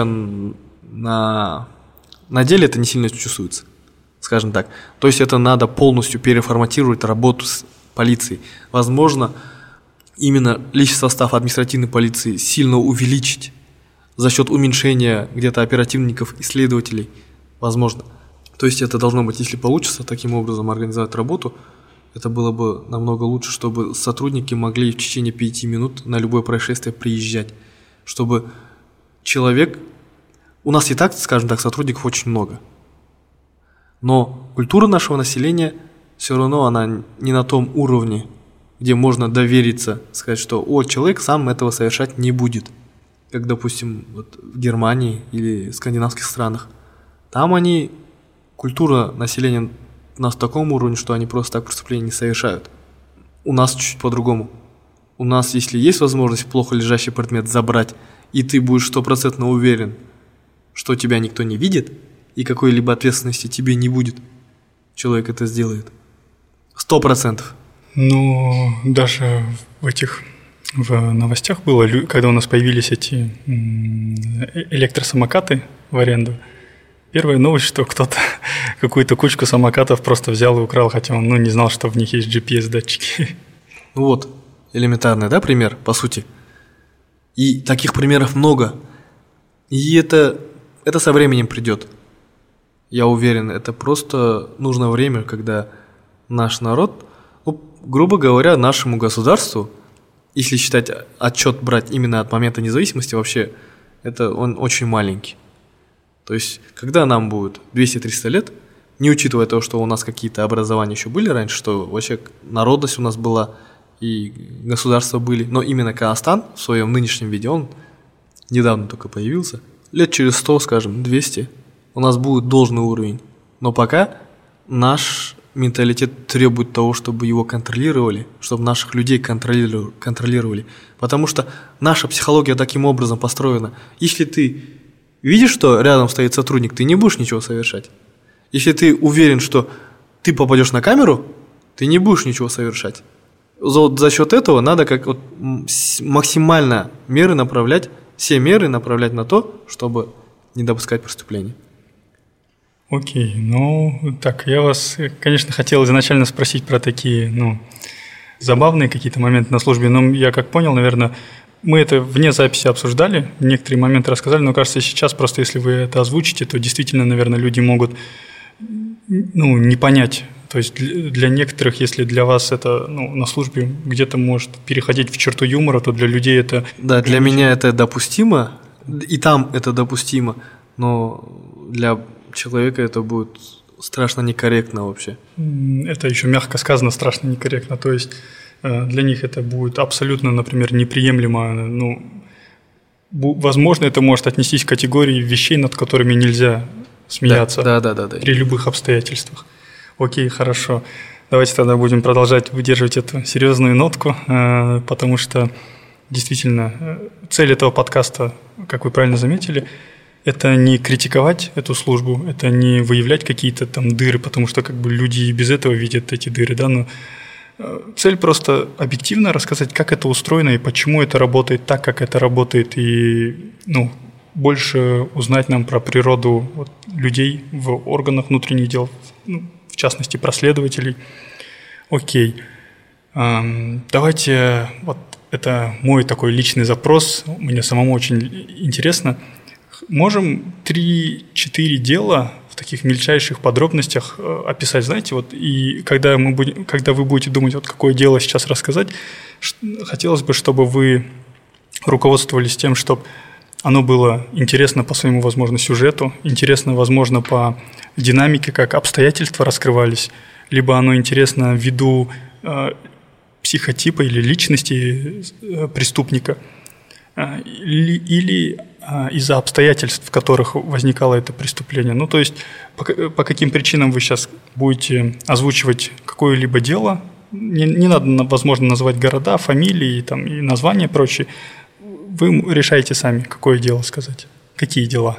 на деле это не сильно чувствуется, скажем так. То есть это надо полностью переформатировать работу с полицией. Возможно, именно личный состав административной полиции сильно увеличить за счет уменьшения где-то оперативников и следователей. Возможно. То есть это должно быть, если получится таким образом организовать работу, это было бы намного лучше, чтобы сотрудники могли в течение 5 минут на любое происшествие приезжать. Чтобы человек... У нас и так, скажем так, сотрудников очень много. Но культура нашего населения все равно она не на том уровне, где можно довериться, сказать, что человек сам этого совершать не будет. как, допустим, вот в Германии или в скандинавских странах. Там культура населения на таком уровне, что они просто так преступления не совершают. У нас чуть по-другому. У нас, если есть возможность плохо лежащий предмет забрать, и ты будешь 100% уверен, что тебя никто не видит, и какой-либо ответственности тебе не будет, человек это сделает. 100%. Ну, даже в новостях было, когда у нас появились эти электросамокаты в аренду, первая новость, что кто-то какую-то кучку самокатов просто взял и украл, хотя он не знал, что в них есть GPS-датчики. Вот, элементарный, да, пример, по сути. И таких примеров много. И это со временем придет. Я уверен, это просто нужно время, когда наш народ, грубо говоря, нашему государству, если считать отчет брать именно от момента независимости, вообще, он очень маленький. То есть, когда нам будет 200-300 лет, не учитывая того, что у нас какие-то образования еще были раньше, что вообще народность у нас была и государства были, но именно Казахстан в своем нынешнем виде, он недавно только появился, лет через 100, скажем, 200, у нас будет должный уровень. Но пока наш менталитет требует того, чтобы его контролировали, чтобы наших людей контролировали. Потому что наша психология таким образом построена. Если ты видишь, что рядом стоит сотрудник, ты не будешь ничего совершать. Если ты уверен, что ты попадешь на камеру, ты не будешь ничего совершать. За счет этого надо максимально все меры направлять на то, чтобы не допускать преступлений. Окей, так, я вас, конечно, хотел изначально спросить про такие, забавные какие-то моменты на службе, но я как понял, наверное, мы это вне записи обсуждали, некоторые моменты рассказали, но кажется, сейчас просто если вы это озвучите, то действительно, наверное, люди могут, не понять. То есть для некоторых, если для вас это на службе где-то может переходить в черту юмора, то для людей это... Да, для меня это допустимо, и там это допустимо, но для человека это будет страшно некорректно вообще. Это еще мягко сказано, страшно некорректно. То есть для них это будет абсолютно, например, неприемлемо. Возможно, это может отнестись к категории вещей, над которыми нельзя смеяться при любых обстоятельствах. Окей, хорошо. Давайте тогда будем продолжать выдерживать эту серьезную нотку, потому что действительно цель этого подкаста, как вы правильно заметили, это не критиковать эту службу, это не выявлять какие-то там дыры, потому что люди и без этого видят эти дыры, да, но цель просто объективно рассказать, как это устроено и почему это работает так, как это работает, и больше узнать нам про природу людей в органах внутренних дел, в частности, про следователей. Окей. Давайте, это мой такой личный запрос, мне самому очень интересно. Можем 3-4 дела в таких мельчайших подробностях описать, знаете, и когда вы будете думать, какое дело сейчас рассказать, хотелось бы, чтобы вы руководствовались тем, чтобы оно было интересно по своему, возможно, сюжету, интересно, возможно, по динамике, как обстоятельства раскрывались, либо оно интересно ввиду психотипа или личности преступника, или из-за обстоятельств, в которых возникало это преступление. То есть по каким причинам вы сейчас будете озвучивать какое-либо дело, не надо, возможно, называть города, фамилии, и названия, прочее. Вы решаете сами, какое дело сказать. Какие дела?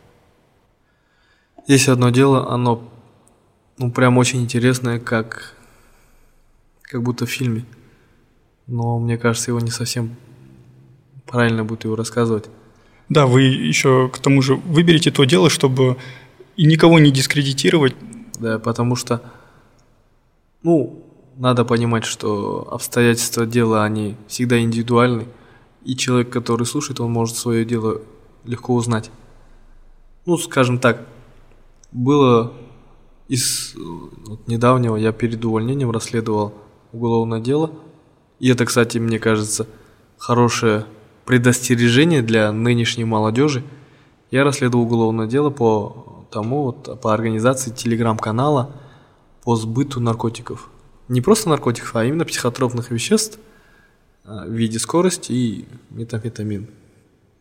Есть одно дело, оно прям очень интересное, как будто в фильме. Но мне кажется, его не совсем правильно будет его рассказывать. Да, вы еще к тому же выберете то дело, чтобы и никого не дискредитировать. Да, потому что, надо понимать, что обстоятельства дела, они всегда индивидуальны. И человек, который слушает, он может свое дело легко узнать. Скажем так, было из недавнего, я перед увольнением расследовал уголовное дело. И это, кстати, мне кажется, хорошее предостережение для нынешней молодежи. Я расследовал уголовное дело по организации телеграм-канала по сбыту наркотиков. Не просто наркотиков, а именно психотропных веществ в виде скорости и метамфетамин.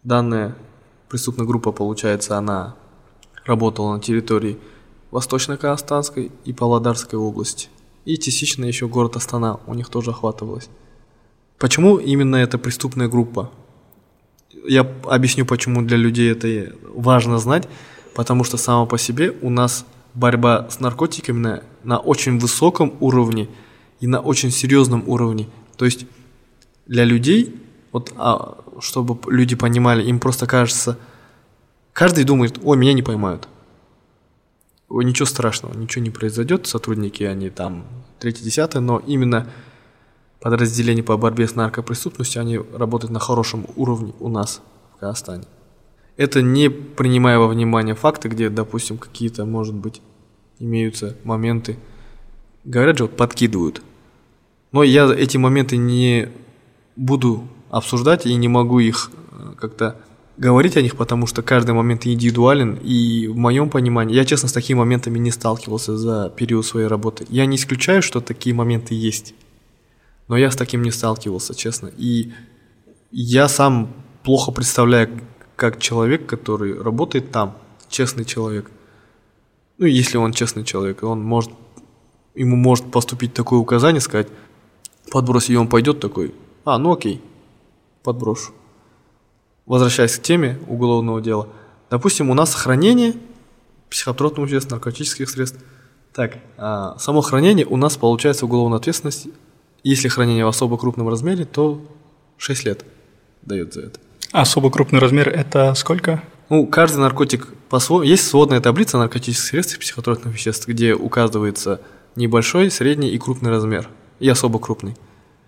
Данная преступная группа, получается, она работала на территории Восточно-Казахстанской и Павлодарской области. И частично еще город Астана у них тоже охватывалось. Почему именно эта преступная группа? Я объясню, почему для людей это важно знать. Потому что само по себе у нас борьба с наркотиками на очень высоком уровне и на очень серьезном уровне. То есть для людей, вот, чтобы люди понимали, им просто кажется, каждый думает, ой, меня не поймают. Ой, ничего страшного, ничего не произойдет, сотрудники, они там 3-10, но именно подразделения по борьбе с наркопреступностью, они работают на хорошем уровне у нас в Казахстане. Это не принимая во внимание факты, где, допустим, какие-то, может быть, имеются моменты, говорят же, вот подкидывают. Но я эти моменты не буду обсуждать и не могу их как-то говорить о них, потому что каждый момент индивидуален, и в моем понимании, я, честно, с такими моментами не сталкивался за период своей работы. Я не исключаю, что такие моменты есть, но я с таким не сталкивался, честно. И я сам плохо представляю, как человек, который работает там, честный человек, ну, если он честный человек, ему может поступить такое указание, сказать, подбрось, и он пойдет такой, ну окей, подброшу. Возвращаясь к теме уголовного дела, допустим, у нас хранение психотропных веществ, наркотических средств. Так, само хранение у нас получается уголовная ответственность. Если хранение в особо крупном размере, то 6 лет дает за это. Особо крупный размер – это сколько? Ну, каждый наркотик по-своему. Есть сводная таблица наркотических средств и психотропных веществ, где указывается небольшой, средний и крупный размер, и особо крупный.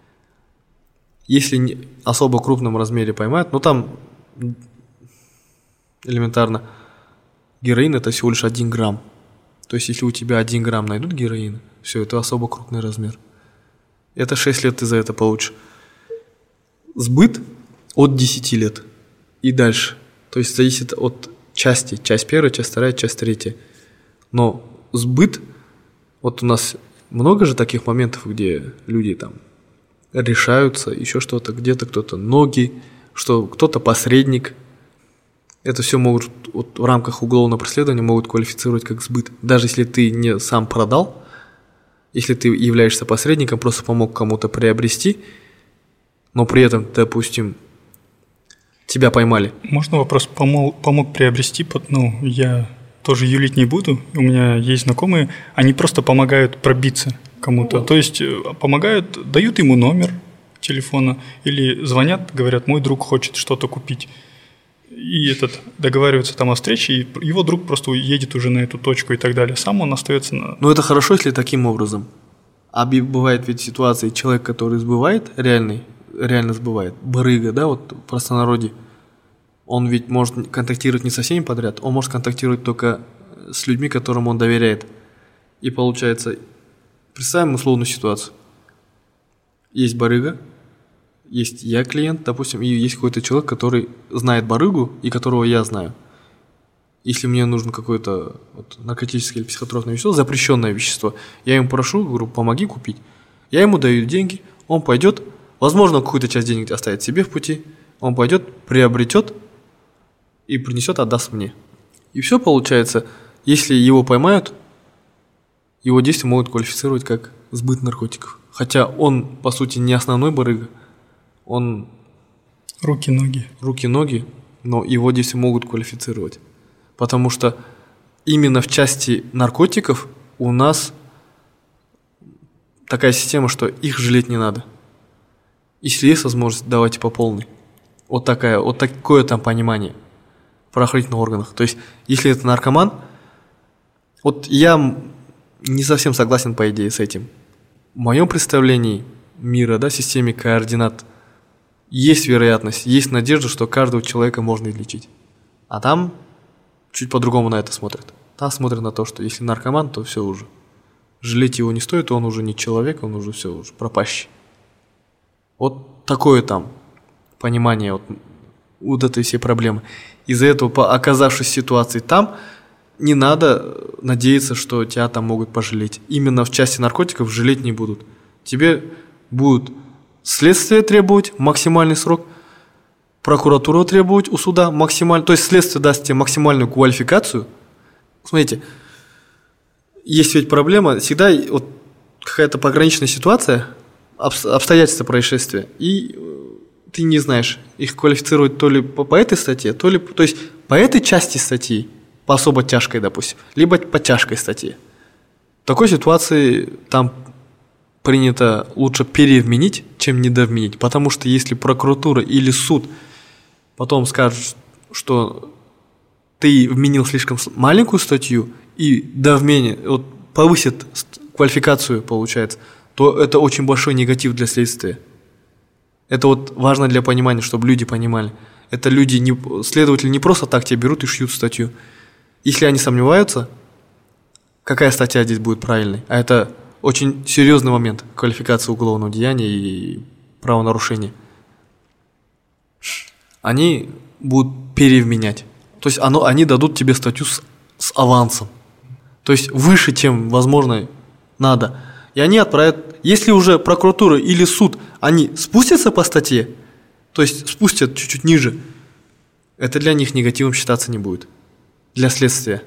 Если в особо крупном размере поймают, там элементарно героин – это всего лишь 1 грамм. То есть, если у тебя 1 грамм найдут героина, все, это особо крупный размер. Это 6 лет ты за это получишь. Сбыт от 10 лет и дальше. То есть, зависит от части. Часть первая, часть вторая, часть третья. Но сбыт, вот у нас много же таких моментов, где люди там решаются, еще что-то, где-то кто-то ноги, что кто-то посредник. Это все могут в рамках уголовного преследования могут квалифицировать как сбыт. Даже если ты не сам продал, если ты являешься посредником, просто помог кому-то приобрести, но при этом, допустим, тебя поймали. Можно вопрос? Помог приобрести? Я тоже юлить не буду. У меня есть знакомые, они просто помогают пробиться кому-то. То есть помогают, дают ему номер телефона или звонят, говорят, мой друг хочет что-то купить. И договариваются там о встрече, и его друг просто едет уже на эту точку и так далее. Сам он остается на... Ну, это хорошо, если таким образом. А бывает ведь ситуации, человек, который сбывает, реально сбывает, барыга, да, вот в простонародье, он ведь может контактировать не со всеми подряд, он может контактировать только с людьми, которым он доверяет. И получается, представим условную ситуацию. Есть барыга, есть я клиент, допустим, и есть какой-то человек, который знает барыгу и которого я знаю. Если мне нужно какое-то наркотическое или психотропное вещество, запрещенное вещество, я ему прошу, говорю, помоги купить. Я ему даю деньги, он пойдет, возможно, какую-то часть денег оставит себе в пути, он пойдет, приобретет и принесет, отдаст мне. И все получается, если его поймают, его действия могут квалифицировать как сбыт наркотиков. Хотя он, по сути, не основной барыга, он... Руки-ноги, но его действия могут квалифицировать. Потому что именно в части наркотиков у нас такая система, что их жалеть не надо. Если есть возможность, давайте по полной. Вот такое там понимание в правоохранительных органах. То есть, если это наркоман, я не совсем согласен, по идее, с этим. В моем представлении мира, да, системе координат, есть вероятность, есть надежда, что каждого человека можно излечить. А там чуть по-другому на это смотрят. Там смотрят на то, что если наркоман, то все уже. Жалеть его не стоит, он уже не человек, он уже все, уже пропащий. Вот такое там понимание вот этой всей проблемы. Из-за этого, оказавшись в ситуации там, не надо надеяться, что тебя там могут пожалеть. Именно в части наркотиков жалеть не будут. Тебе будут следствие требовать максимальный срок, прокуратура требовать у суда максимально, то есть следствие даст тебе максимальную квалификацию. Смотрите, есть ведь проблема, всегда вот какая-то пограничная ситуация, обстоятельства происшествия, и ты не знаешь, их квалифицируют то ли по этой статье, то есть по этой части статьи, по особо тяжкой, допустим, либо по тяжкой статье. В такой ситуации там принято лучше перевменить, чем недовменить, потому что если прокуратура или суд потом скажут, что ты вменил слишком маленькую статью и вот, повысит квалификацию, получается, то это очень большой негатив для следствия. Это вот важно для понимания, чтобы люди понимали. Это следователи не просто так тебя берут и шьют статью. Если они сомневаются, какая статья здесь будет правильной, а это очень серьезный момент квалификации уголовного деяния и правонарушения, они будут перевменять. То есть они дадут тебе статью с авансом. То есть выше, чем, возможно, надо. И они отправят, если уже прокуратура или суд, они спустятся по статье, то есть спустят чуть-чуть ниже, это для них негативом считаться не будет. Для следствия.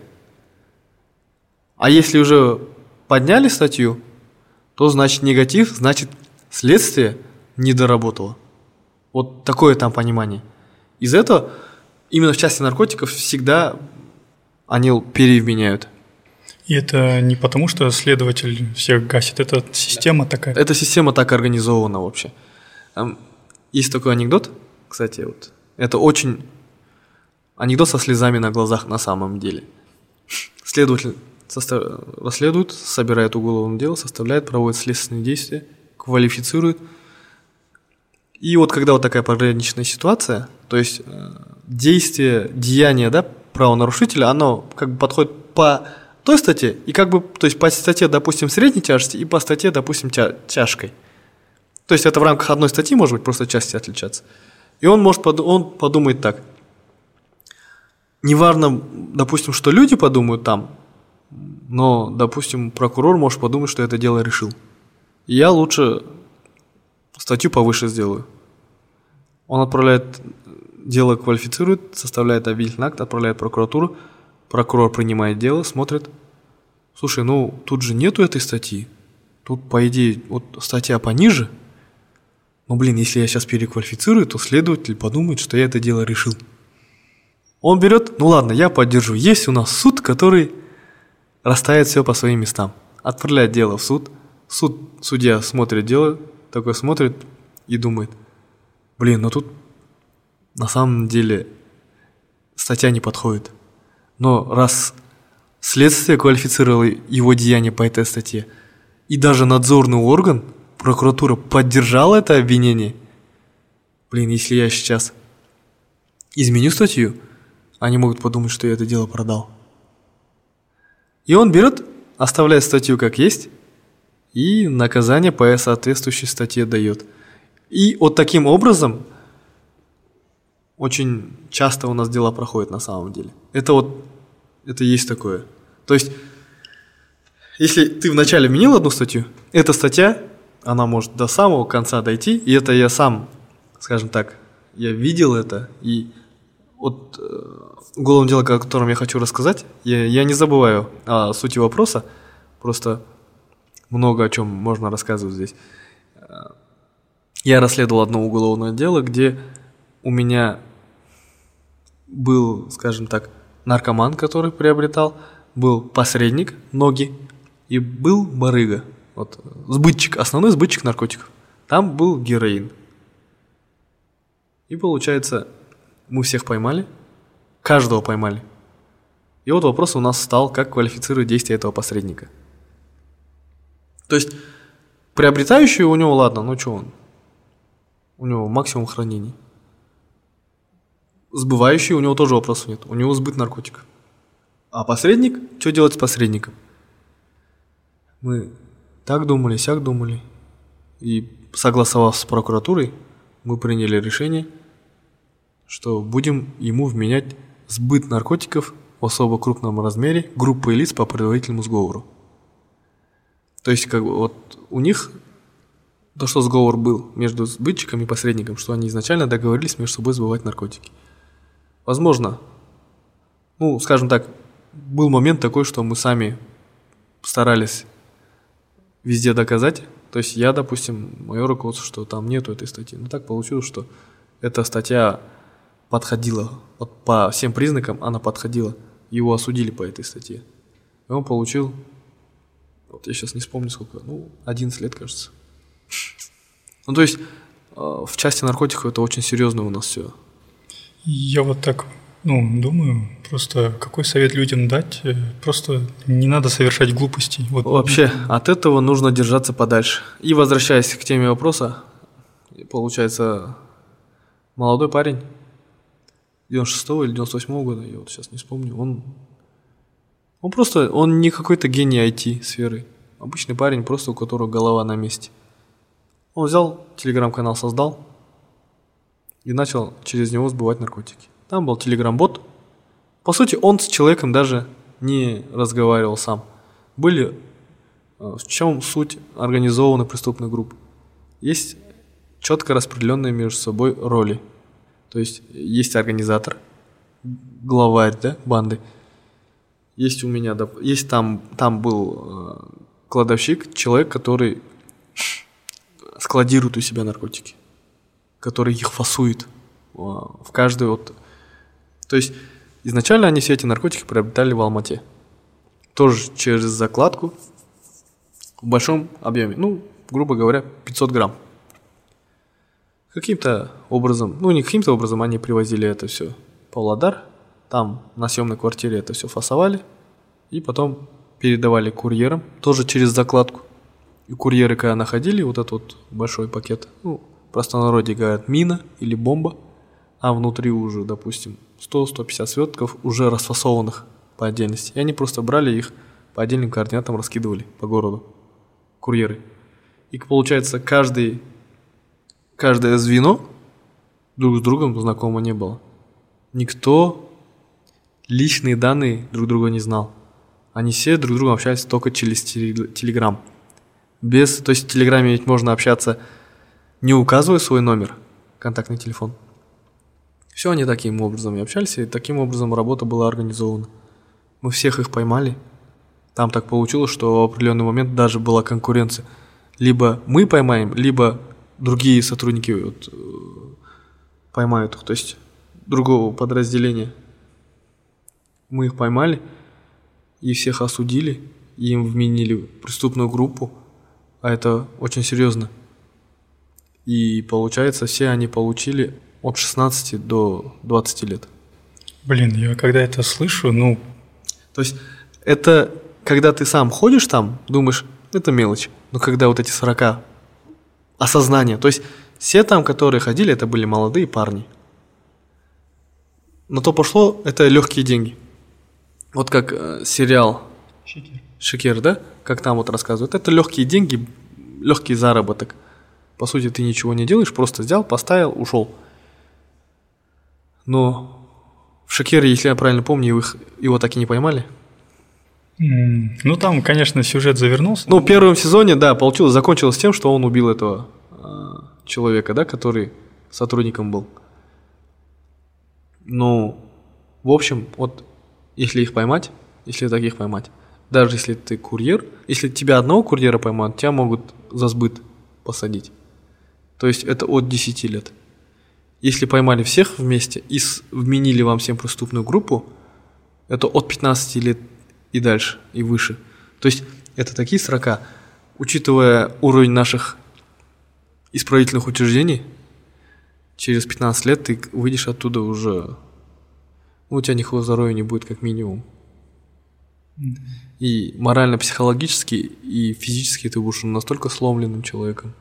А если уже подняли статью, то значит негатив, значит следствие не доработало. Вот такое там понимание. Из этого именно в части наркотиков всегда они перевменяют. И это не потому, что следователь всех гасит, это система такая? Эта система так организована вообще. Есть такой анекдот, кстати, вот. Это очень анекдот со слезами на глазах на самом деле. Следователь расследует, собирает уголовное дело, составляет, проводит следственные действия, квалифицирует. И вот когда вот такая пограничная ситуация, то есть действие, деяние, да, правонарушителя, оно как бы подходит по той статье, и как бы, то есть по статье, допустим, средней тяжести и по статье, допустим, тяжкой. То есть это в рамках одной статьи может быть просто части отличаться. И он подумает так. Неважно, допустим, что люди подумают там, но, допустим, прокурор может подумать, что это дело решил. И я лучше статью повыше сделаю. Он отправляет дело, квалифицирует, составляет обвинительный акт, отправляет в прокуратуру. Прокурор принимает дело, смотрит. Слушай, тут же нету этой статьи. Тут, по идее, вот статья пониже. Но, если я сейчас переквалифицирую, то следователь подумает, что я это дело решил. Он берет, ладно, я поддержу. Есть у нас суд, который расставит все по своим местам. Отправляет дело в суд. Судья смотрит дело, такой смотрит и думает, тут на самом деле статья не подходит. Но раз следствие квалифицировало его деяние по этой статье, и даже надзорный орган, прокуратура, поддержала это обвинение, если я сейчас изменю статью, они могут подумать, что я это дело продал. И он берет, оставляет статью как есть, и наказание по соответствующей статье дает. И вот таким образом очень часто у нас дела проходят на самом деле. Это есть такое. То есть, если ты вначале вменил одну статью, эта статья, она может до самого конца дойти, и это я сам, скажем так, я видел это, и вот уголовное дело, о котором я хочу рассказать, я не забываю о сути вопроса, просто много о чем можно рассказывать здесь. Я расследовал одно уголовное дело, где у меня был, скажем так, наркоман, который приобретал, был посредник, ноги, и был барыга, основной сбытчик наркотиков. Там был героин. И получается, мы всех поймали, каждого поймали. И вот вопрос у нас стал, как квалифицировать действия этого посредника. То есть, приобретающий у него, ладно, у него максимум хранений. Сбывающий, у него тоже вопросов нет. У него сбыт наркотиков. А посредник, что делать с посредником? Мы так думали, сяк думали. И согласовав с прокуратурой, мы приняли решение, что будем ему вменять сбыт наркотиков в особо крупном размере группы лиц по предварительному сговору. То есть, у них То, что сговор был между сбытчиком и посредником, что они изначально договорились между собой сбывать наркотики. Возможно, скажем так, был момент такой, что мы сами старались везде доказать. То есть я, допустим, мое руководство, что там нету этой статьи. Но так получилось, что эта статья подходила, вот по всем признакам она подходила. Его осудили по этой статье. И он получил, вот я сейчас не вспомню сколько, 11 лет, кажется. То есть в части наркотиков это очень серьезно у нас все. Я вот так, думаю, просто какой совет людям дать? Просто не надо совершать глупостей. Вот. Вообще, от этого нужно держаться подальше. И возвращаясь к теме вопроса, получается, молодой парень 96-го или 98-го года, я вот сейчас не вспомню, он не какой-то гений IT-сферы. Обычный парень, просто у которого голова на месте. Он взял, телеграм-канал создал и начал через него сбывать наркотики. Там был телеграм-бот. По сути, он с человеком даже не разговаривал сам. В чем суть организованной преступной группы? Есть четко распределенные между собой роли. То есть организатор, главарь, банды. Там был кладовщик, человек, который складирует у себя наркотики, который их фасует в каждый То есть изначально они все эти наркотики приобретали в Алмате. Тоже через закладку в большом объеме. Грубо говоря, 500 грамм. Каким-то образом, не каким-то образом они привозили это все в Павлодар. Там на съемной квартире это все фасовали. И потом передавали курьерам, тоже через закладку. И курьеры, когда находили этот большой пакет, в простонародье говорят мина или бомба, а внутри уже, допустим, 100-150 свётков уже расфасованных по отдельности. И они просто брали их по отдельным координатам, раскидывали по городу, курьеры. И получается, каждое звено друг с другом знакомо не было. Никто личные данные друг друга не знал. Они все друг с другом общались только через Телеграм. То есть в Телеграме ведь можно общаться, не указывая свой номер, контактный телефон. Все они таким образом и общались, и таким образом работа была организована. Мы всех их поймали. Там так получилось, что в определенный момент даже была конкуренция. Либо мы поймаем, либо другие сотрудники поймают их, то есть другого подразделения. Мы их поймали и всех осудили, и им вменили преступную группу, а это очень серьезно. И получается, все они получили от 16 до 20 лет. Блин, я когда это слышу, То есть это, когда ты сам ходишь там, думаешь, это мелочь. Но когда вот эти 40 осознания, то есть все там, которые ходили, это были молодые парни. На то пошло, это легкие деньги. Вот как сериал Шекер, да? Как там рассказывают. Это легкие деньги, легкий заработок. По сути, ты ничего не делаешь, просто взял, поставил, ушел. Но в Шекере, если я правильно помню, его так и не поймали. Там, конечно, сюжет завернулся. В первом сезоне, закончилось тем, что он убил этого человека, да, который сотрудником был. В общем, если таких поймать, даже если ты курьер, если тебя одного курьера поймают, тебя могут за сбыт посадить. То есть это от 10 лет. Если поймали всех вместе и вменили вам всем преступную группу, это от 15 лет и дальше, и выше. То есть это такие срока. Учитывая уровень наших исправительных учреждений, через 15 лет ты выйдешь оттуда уже... у тебя никакого здоровья не будет, как минимум. И морально-психологически, и физически ты будешь настолько сломленным человеком.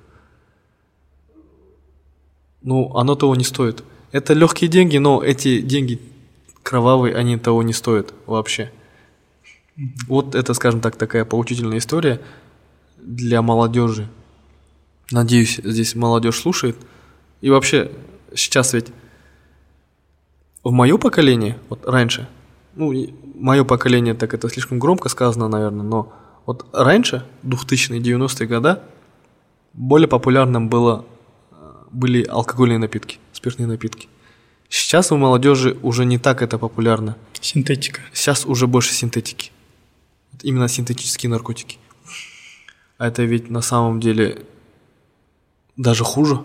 Оно того не стоит. Это легкие деньги, но эти деньги кровавые, они того не стоят вообще. Вот это, скажем так, такая поучительная история для молодежи. Надеюсь, здесь молодежь слушает. И вообще, сейчас ведь в мое поколение, раньше, мое поколение, так это слишком громко сказано, наверное, но раньше, 2000-е, 90-е годы, более популярным были алкогольные напитки, спиртные напитки. Сейчас у молодежи уже не так это популярно. Синтетика. Сейчас уже больше синтетики. Именно синтетические наркотики. А это ведь на самом деле даже хуже.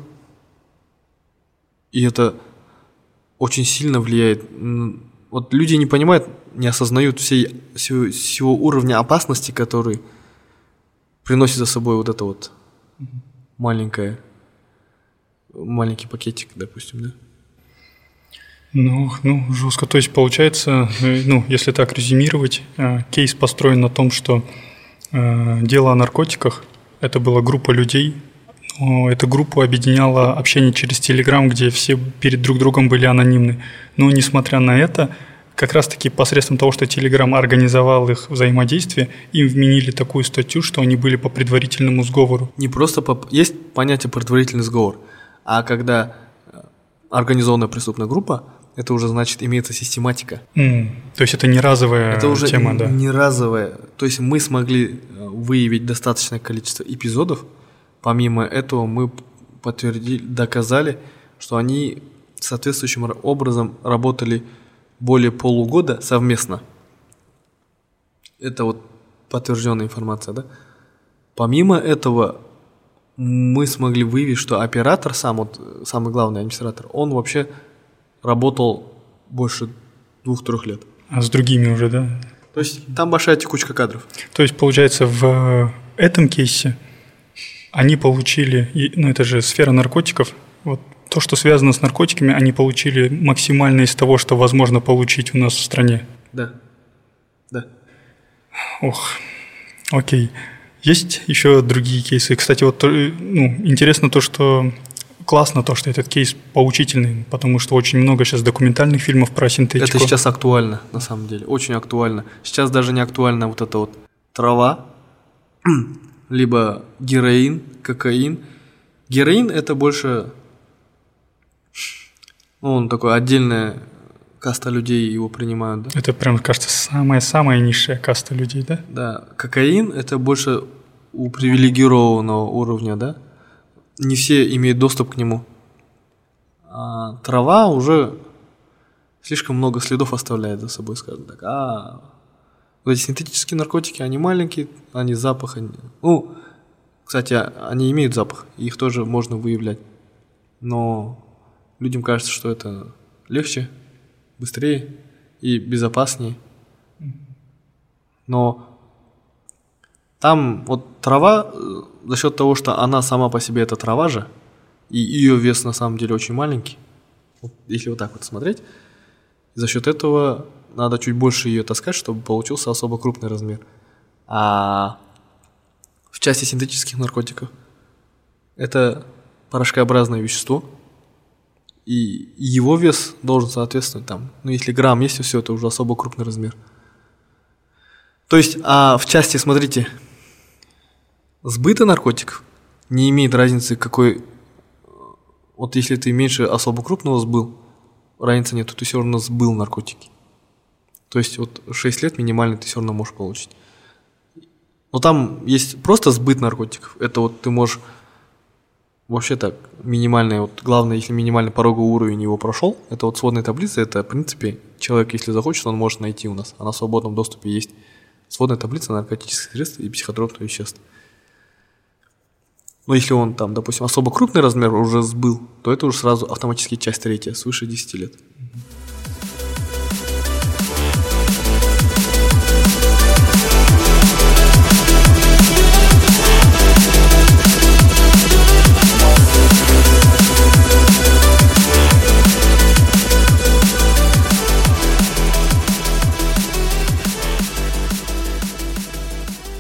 И это очень сильно влияет. Вот люди не понимают, не осознают всего уровня опасности, который приносит за собой вот это вот маленький пакетик, допустим, да? Ну, жестко. То есть, получается, если так резюмировать, кейс построен на том, что дело о наркотиках – это была группа людей, но эту группу объединяло общение через Telegram, где все перед друг другом были анонимны. Но, несмотря на это, как раз-таки посредством того, что Telegram организовал их взаимодействие, им вменили такую статью, что они были по предварительному сговору. Не просто есть понятие предварительный сговор, а когда организованная преступная группа, это уже значит имеется систематика. То есть это не разовая это уже тема, да? Не разовая. То есть мы смогли выявить достаточное количество эпизодов. Помимо этого мы доказали, что они соответствующим образом работали более полугода совместно. Это вот подтвержденная информация, да? Помимо этого мы смогли выявить, что оператор самый главный администратор, он вообще работал больше 2-3 лет. А с другими уже, да? То есть там большая текучка кадров. То есть, получается, в этом кейсе они получили, это же сфера наркотиков, вот то, что связано с наркотиками, они получили максимально из того, что возможно получить у нас в стране. Да. Ох, окей. Есть еще другие кейсы. Кстати, вот интересно то, что классно то, что этот кейс поучительный, потому что очень много сейчас документальных фильмов про синтетику. Это сейчас актуально, на самом деле, очень актуально. Сейчас даже не актуально вот эта вот трава, либо героин, кокаин. Героин – это больше, он такой отдельная каста людей его принимают, да? Это прям, кажется, самая низшая каста людей, да? Да, кокаин – это больше у привилегированного уровня, да? Не все имеют доступ к нему. А трава уже слишком много следов оставляет за собой, скажем так. Вот эти синтетические наркотики, они маленькие, они запах. Кстати, они имеют запах, их тоже можно выявлять. Но людям кажется, что это легче, быстрее и безопаснее. Но там вот трава, за счет того, что она сама по себе это трава же, и ее вес на самом деле очень маленький, вот, если вот так вот смотреть, за счет этого надо чуть больше ее таскать, чтобы получился особо крупный размер. А в части синтетических наркотиков это порошкообразное вещество, и его вес должен соответствовать там, если грамм есть, все это уже особо крупный размер. То есть, в части, смотрите, сбыта наркотиков не имеет разницы, какой. Вот если ты меньше особо крупного сбыл, разницы нет, ты все равно сбыл наркотики. То есть вот 6 лет минимально ты все равно можешь получить. Но там есть просто сбыт наркотиков. Это вот ты можешь вообще так, минимальный, вот главное, если минимальный пороговый уровень его прошел, это вот сводная таблица, это в принципе человек, если захочет, он может найти у нас. Она в свободном доступе есть. Сводная таблица наркотических средств и психотропных веществ. Но если он там, допустим, особо крупный размер уже сбыл, то это уже сразу автоматически часть 3, свыше 10 лет.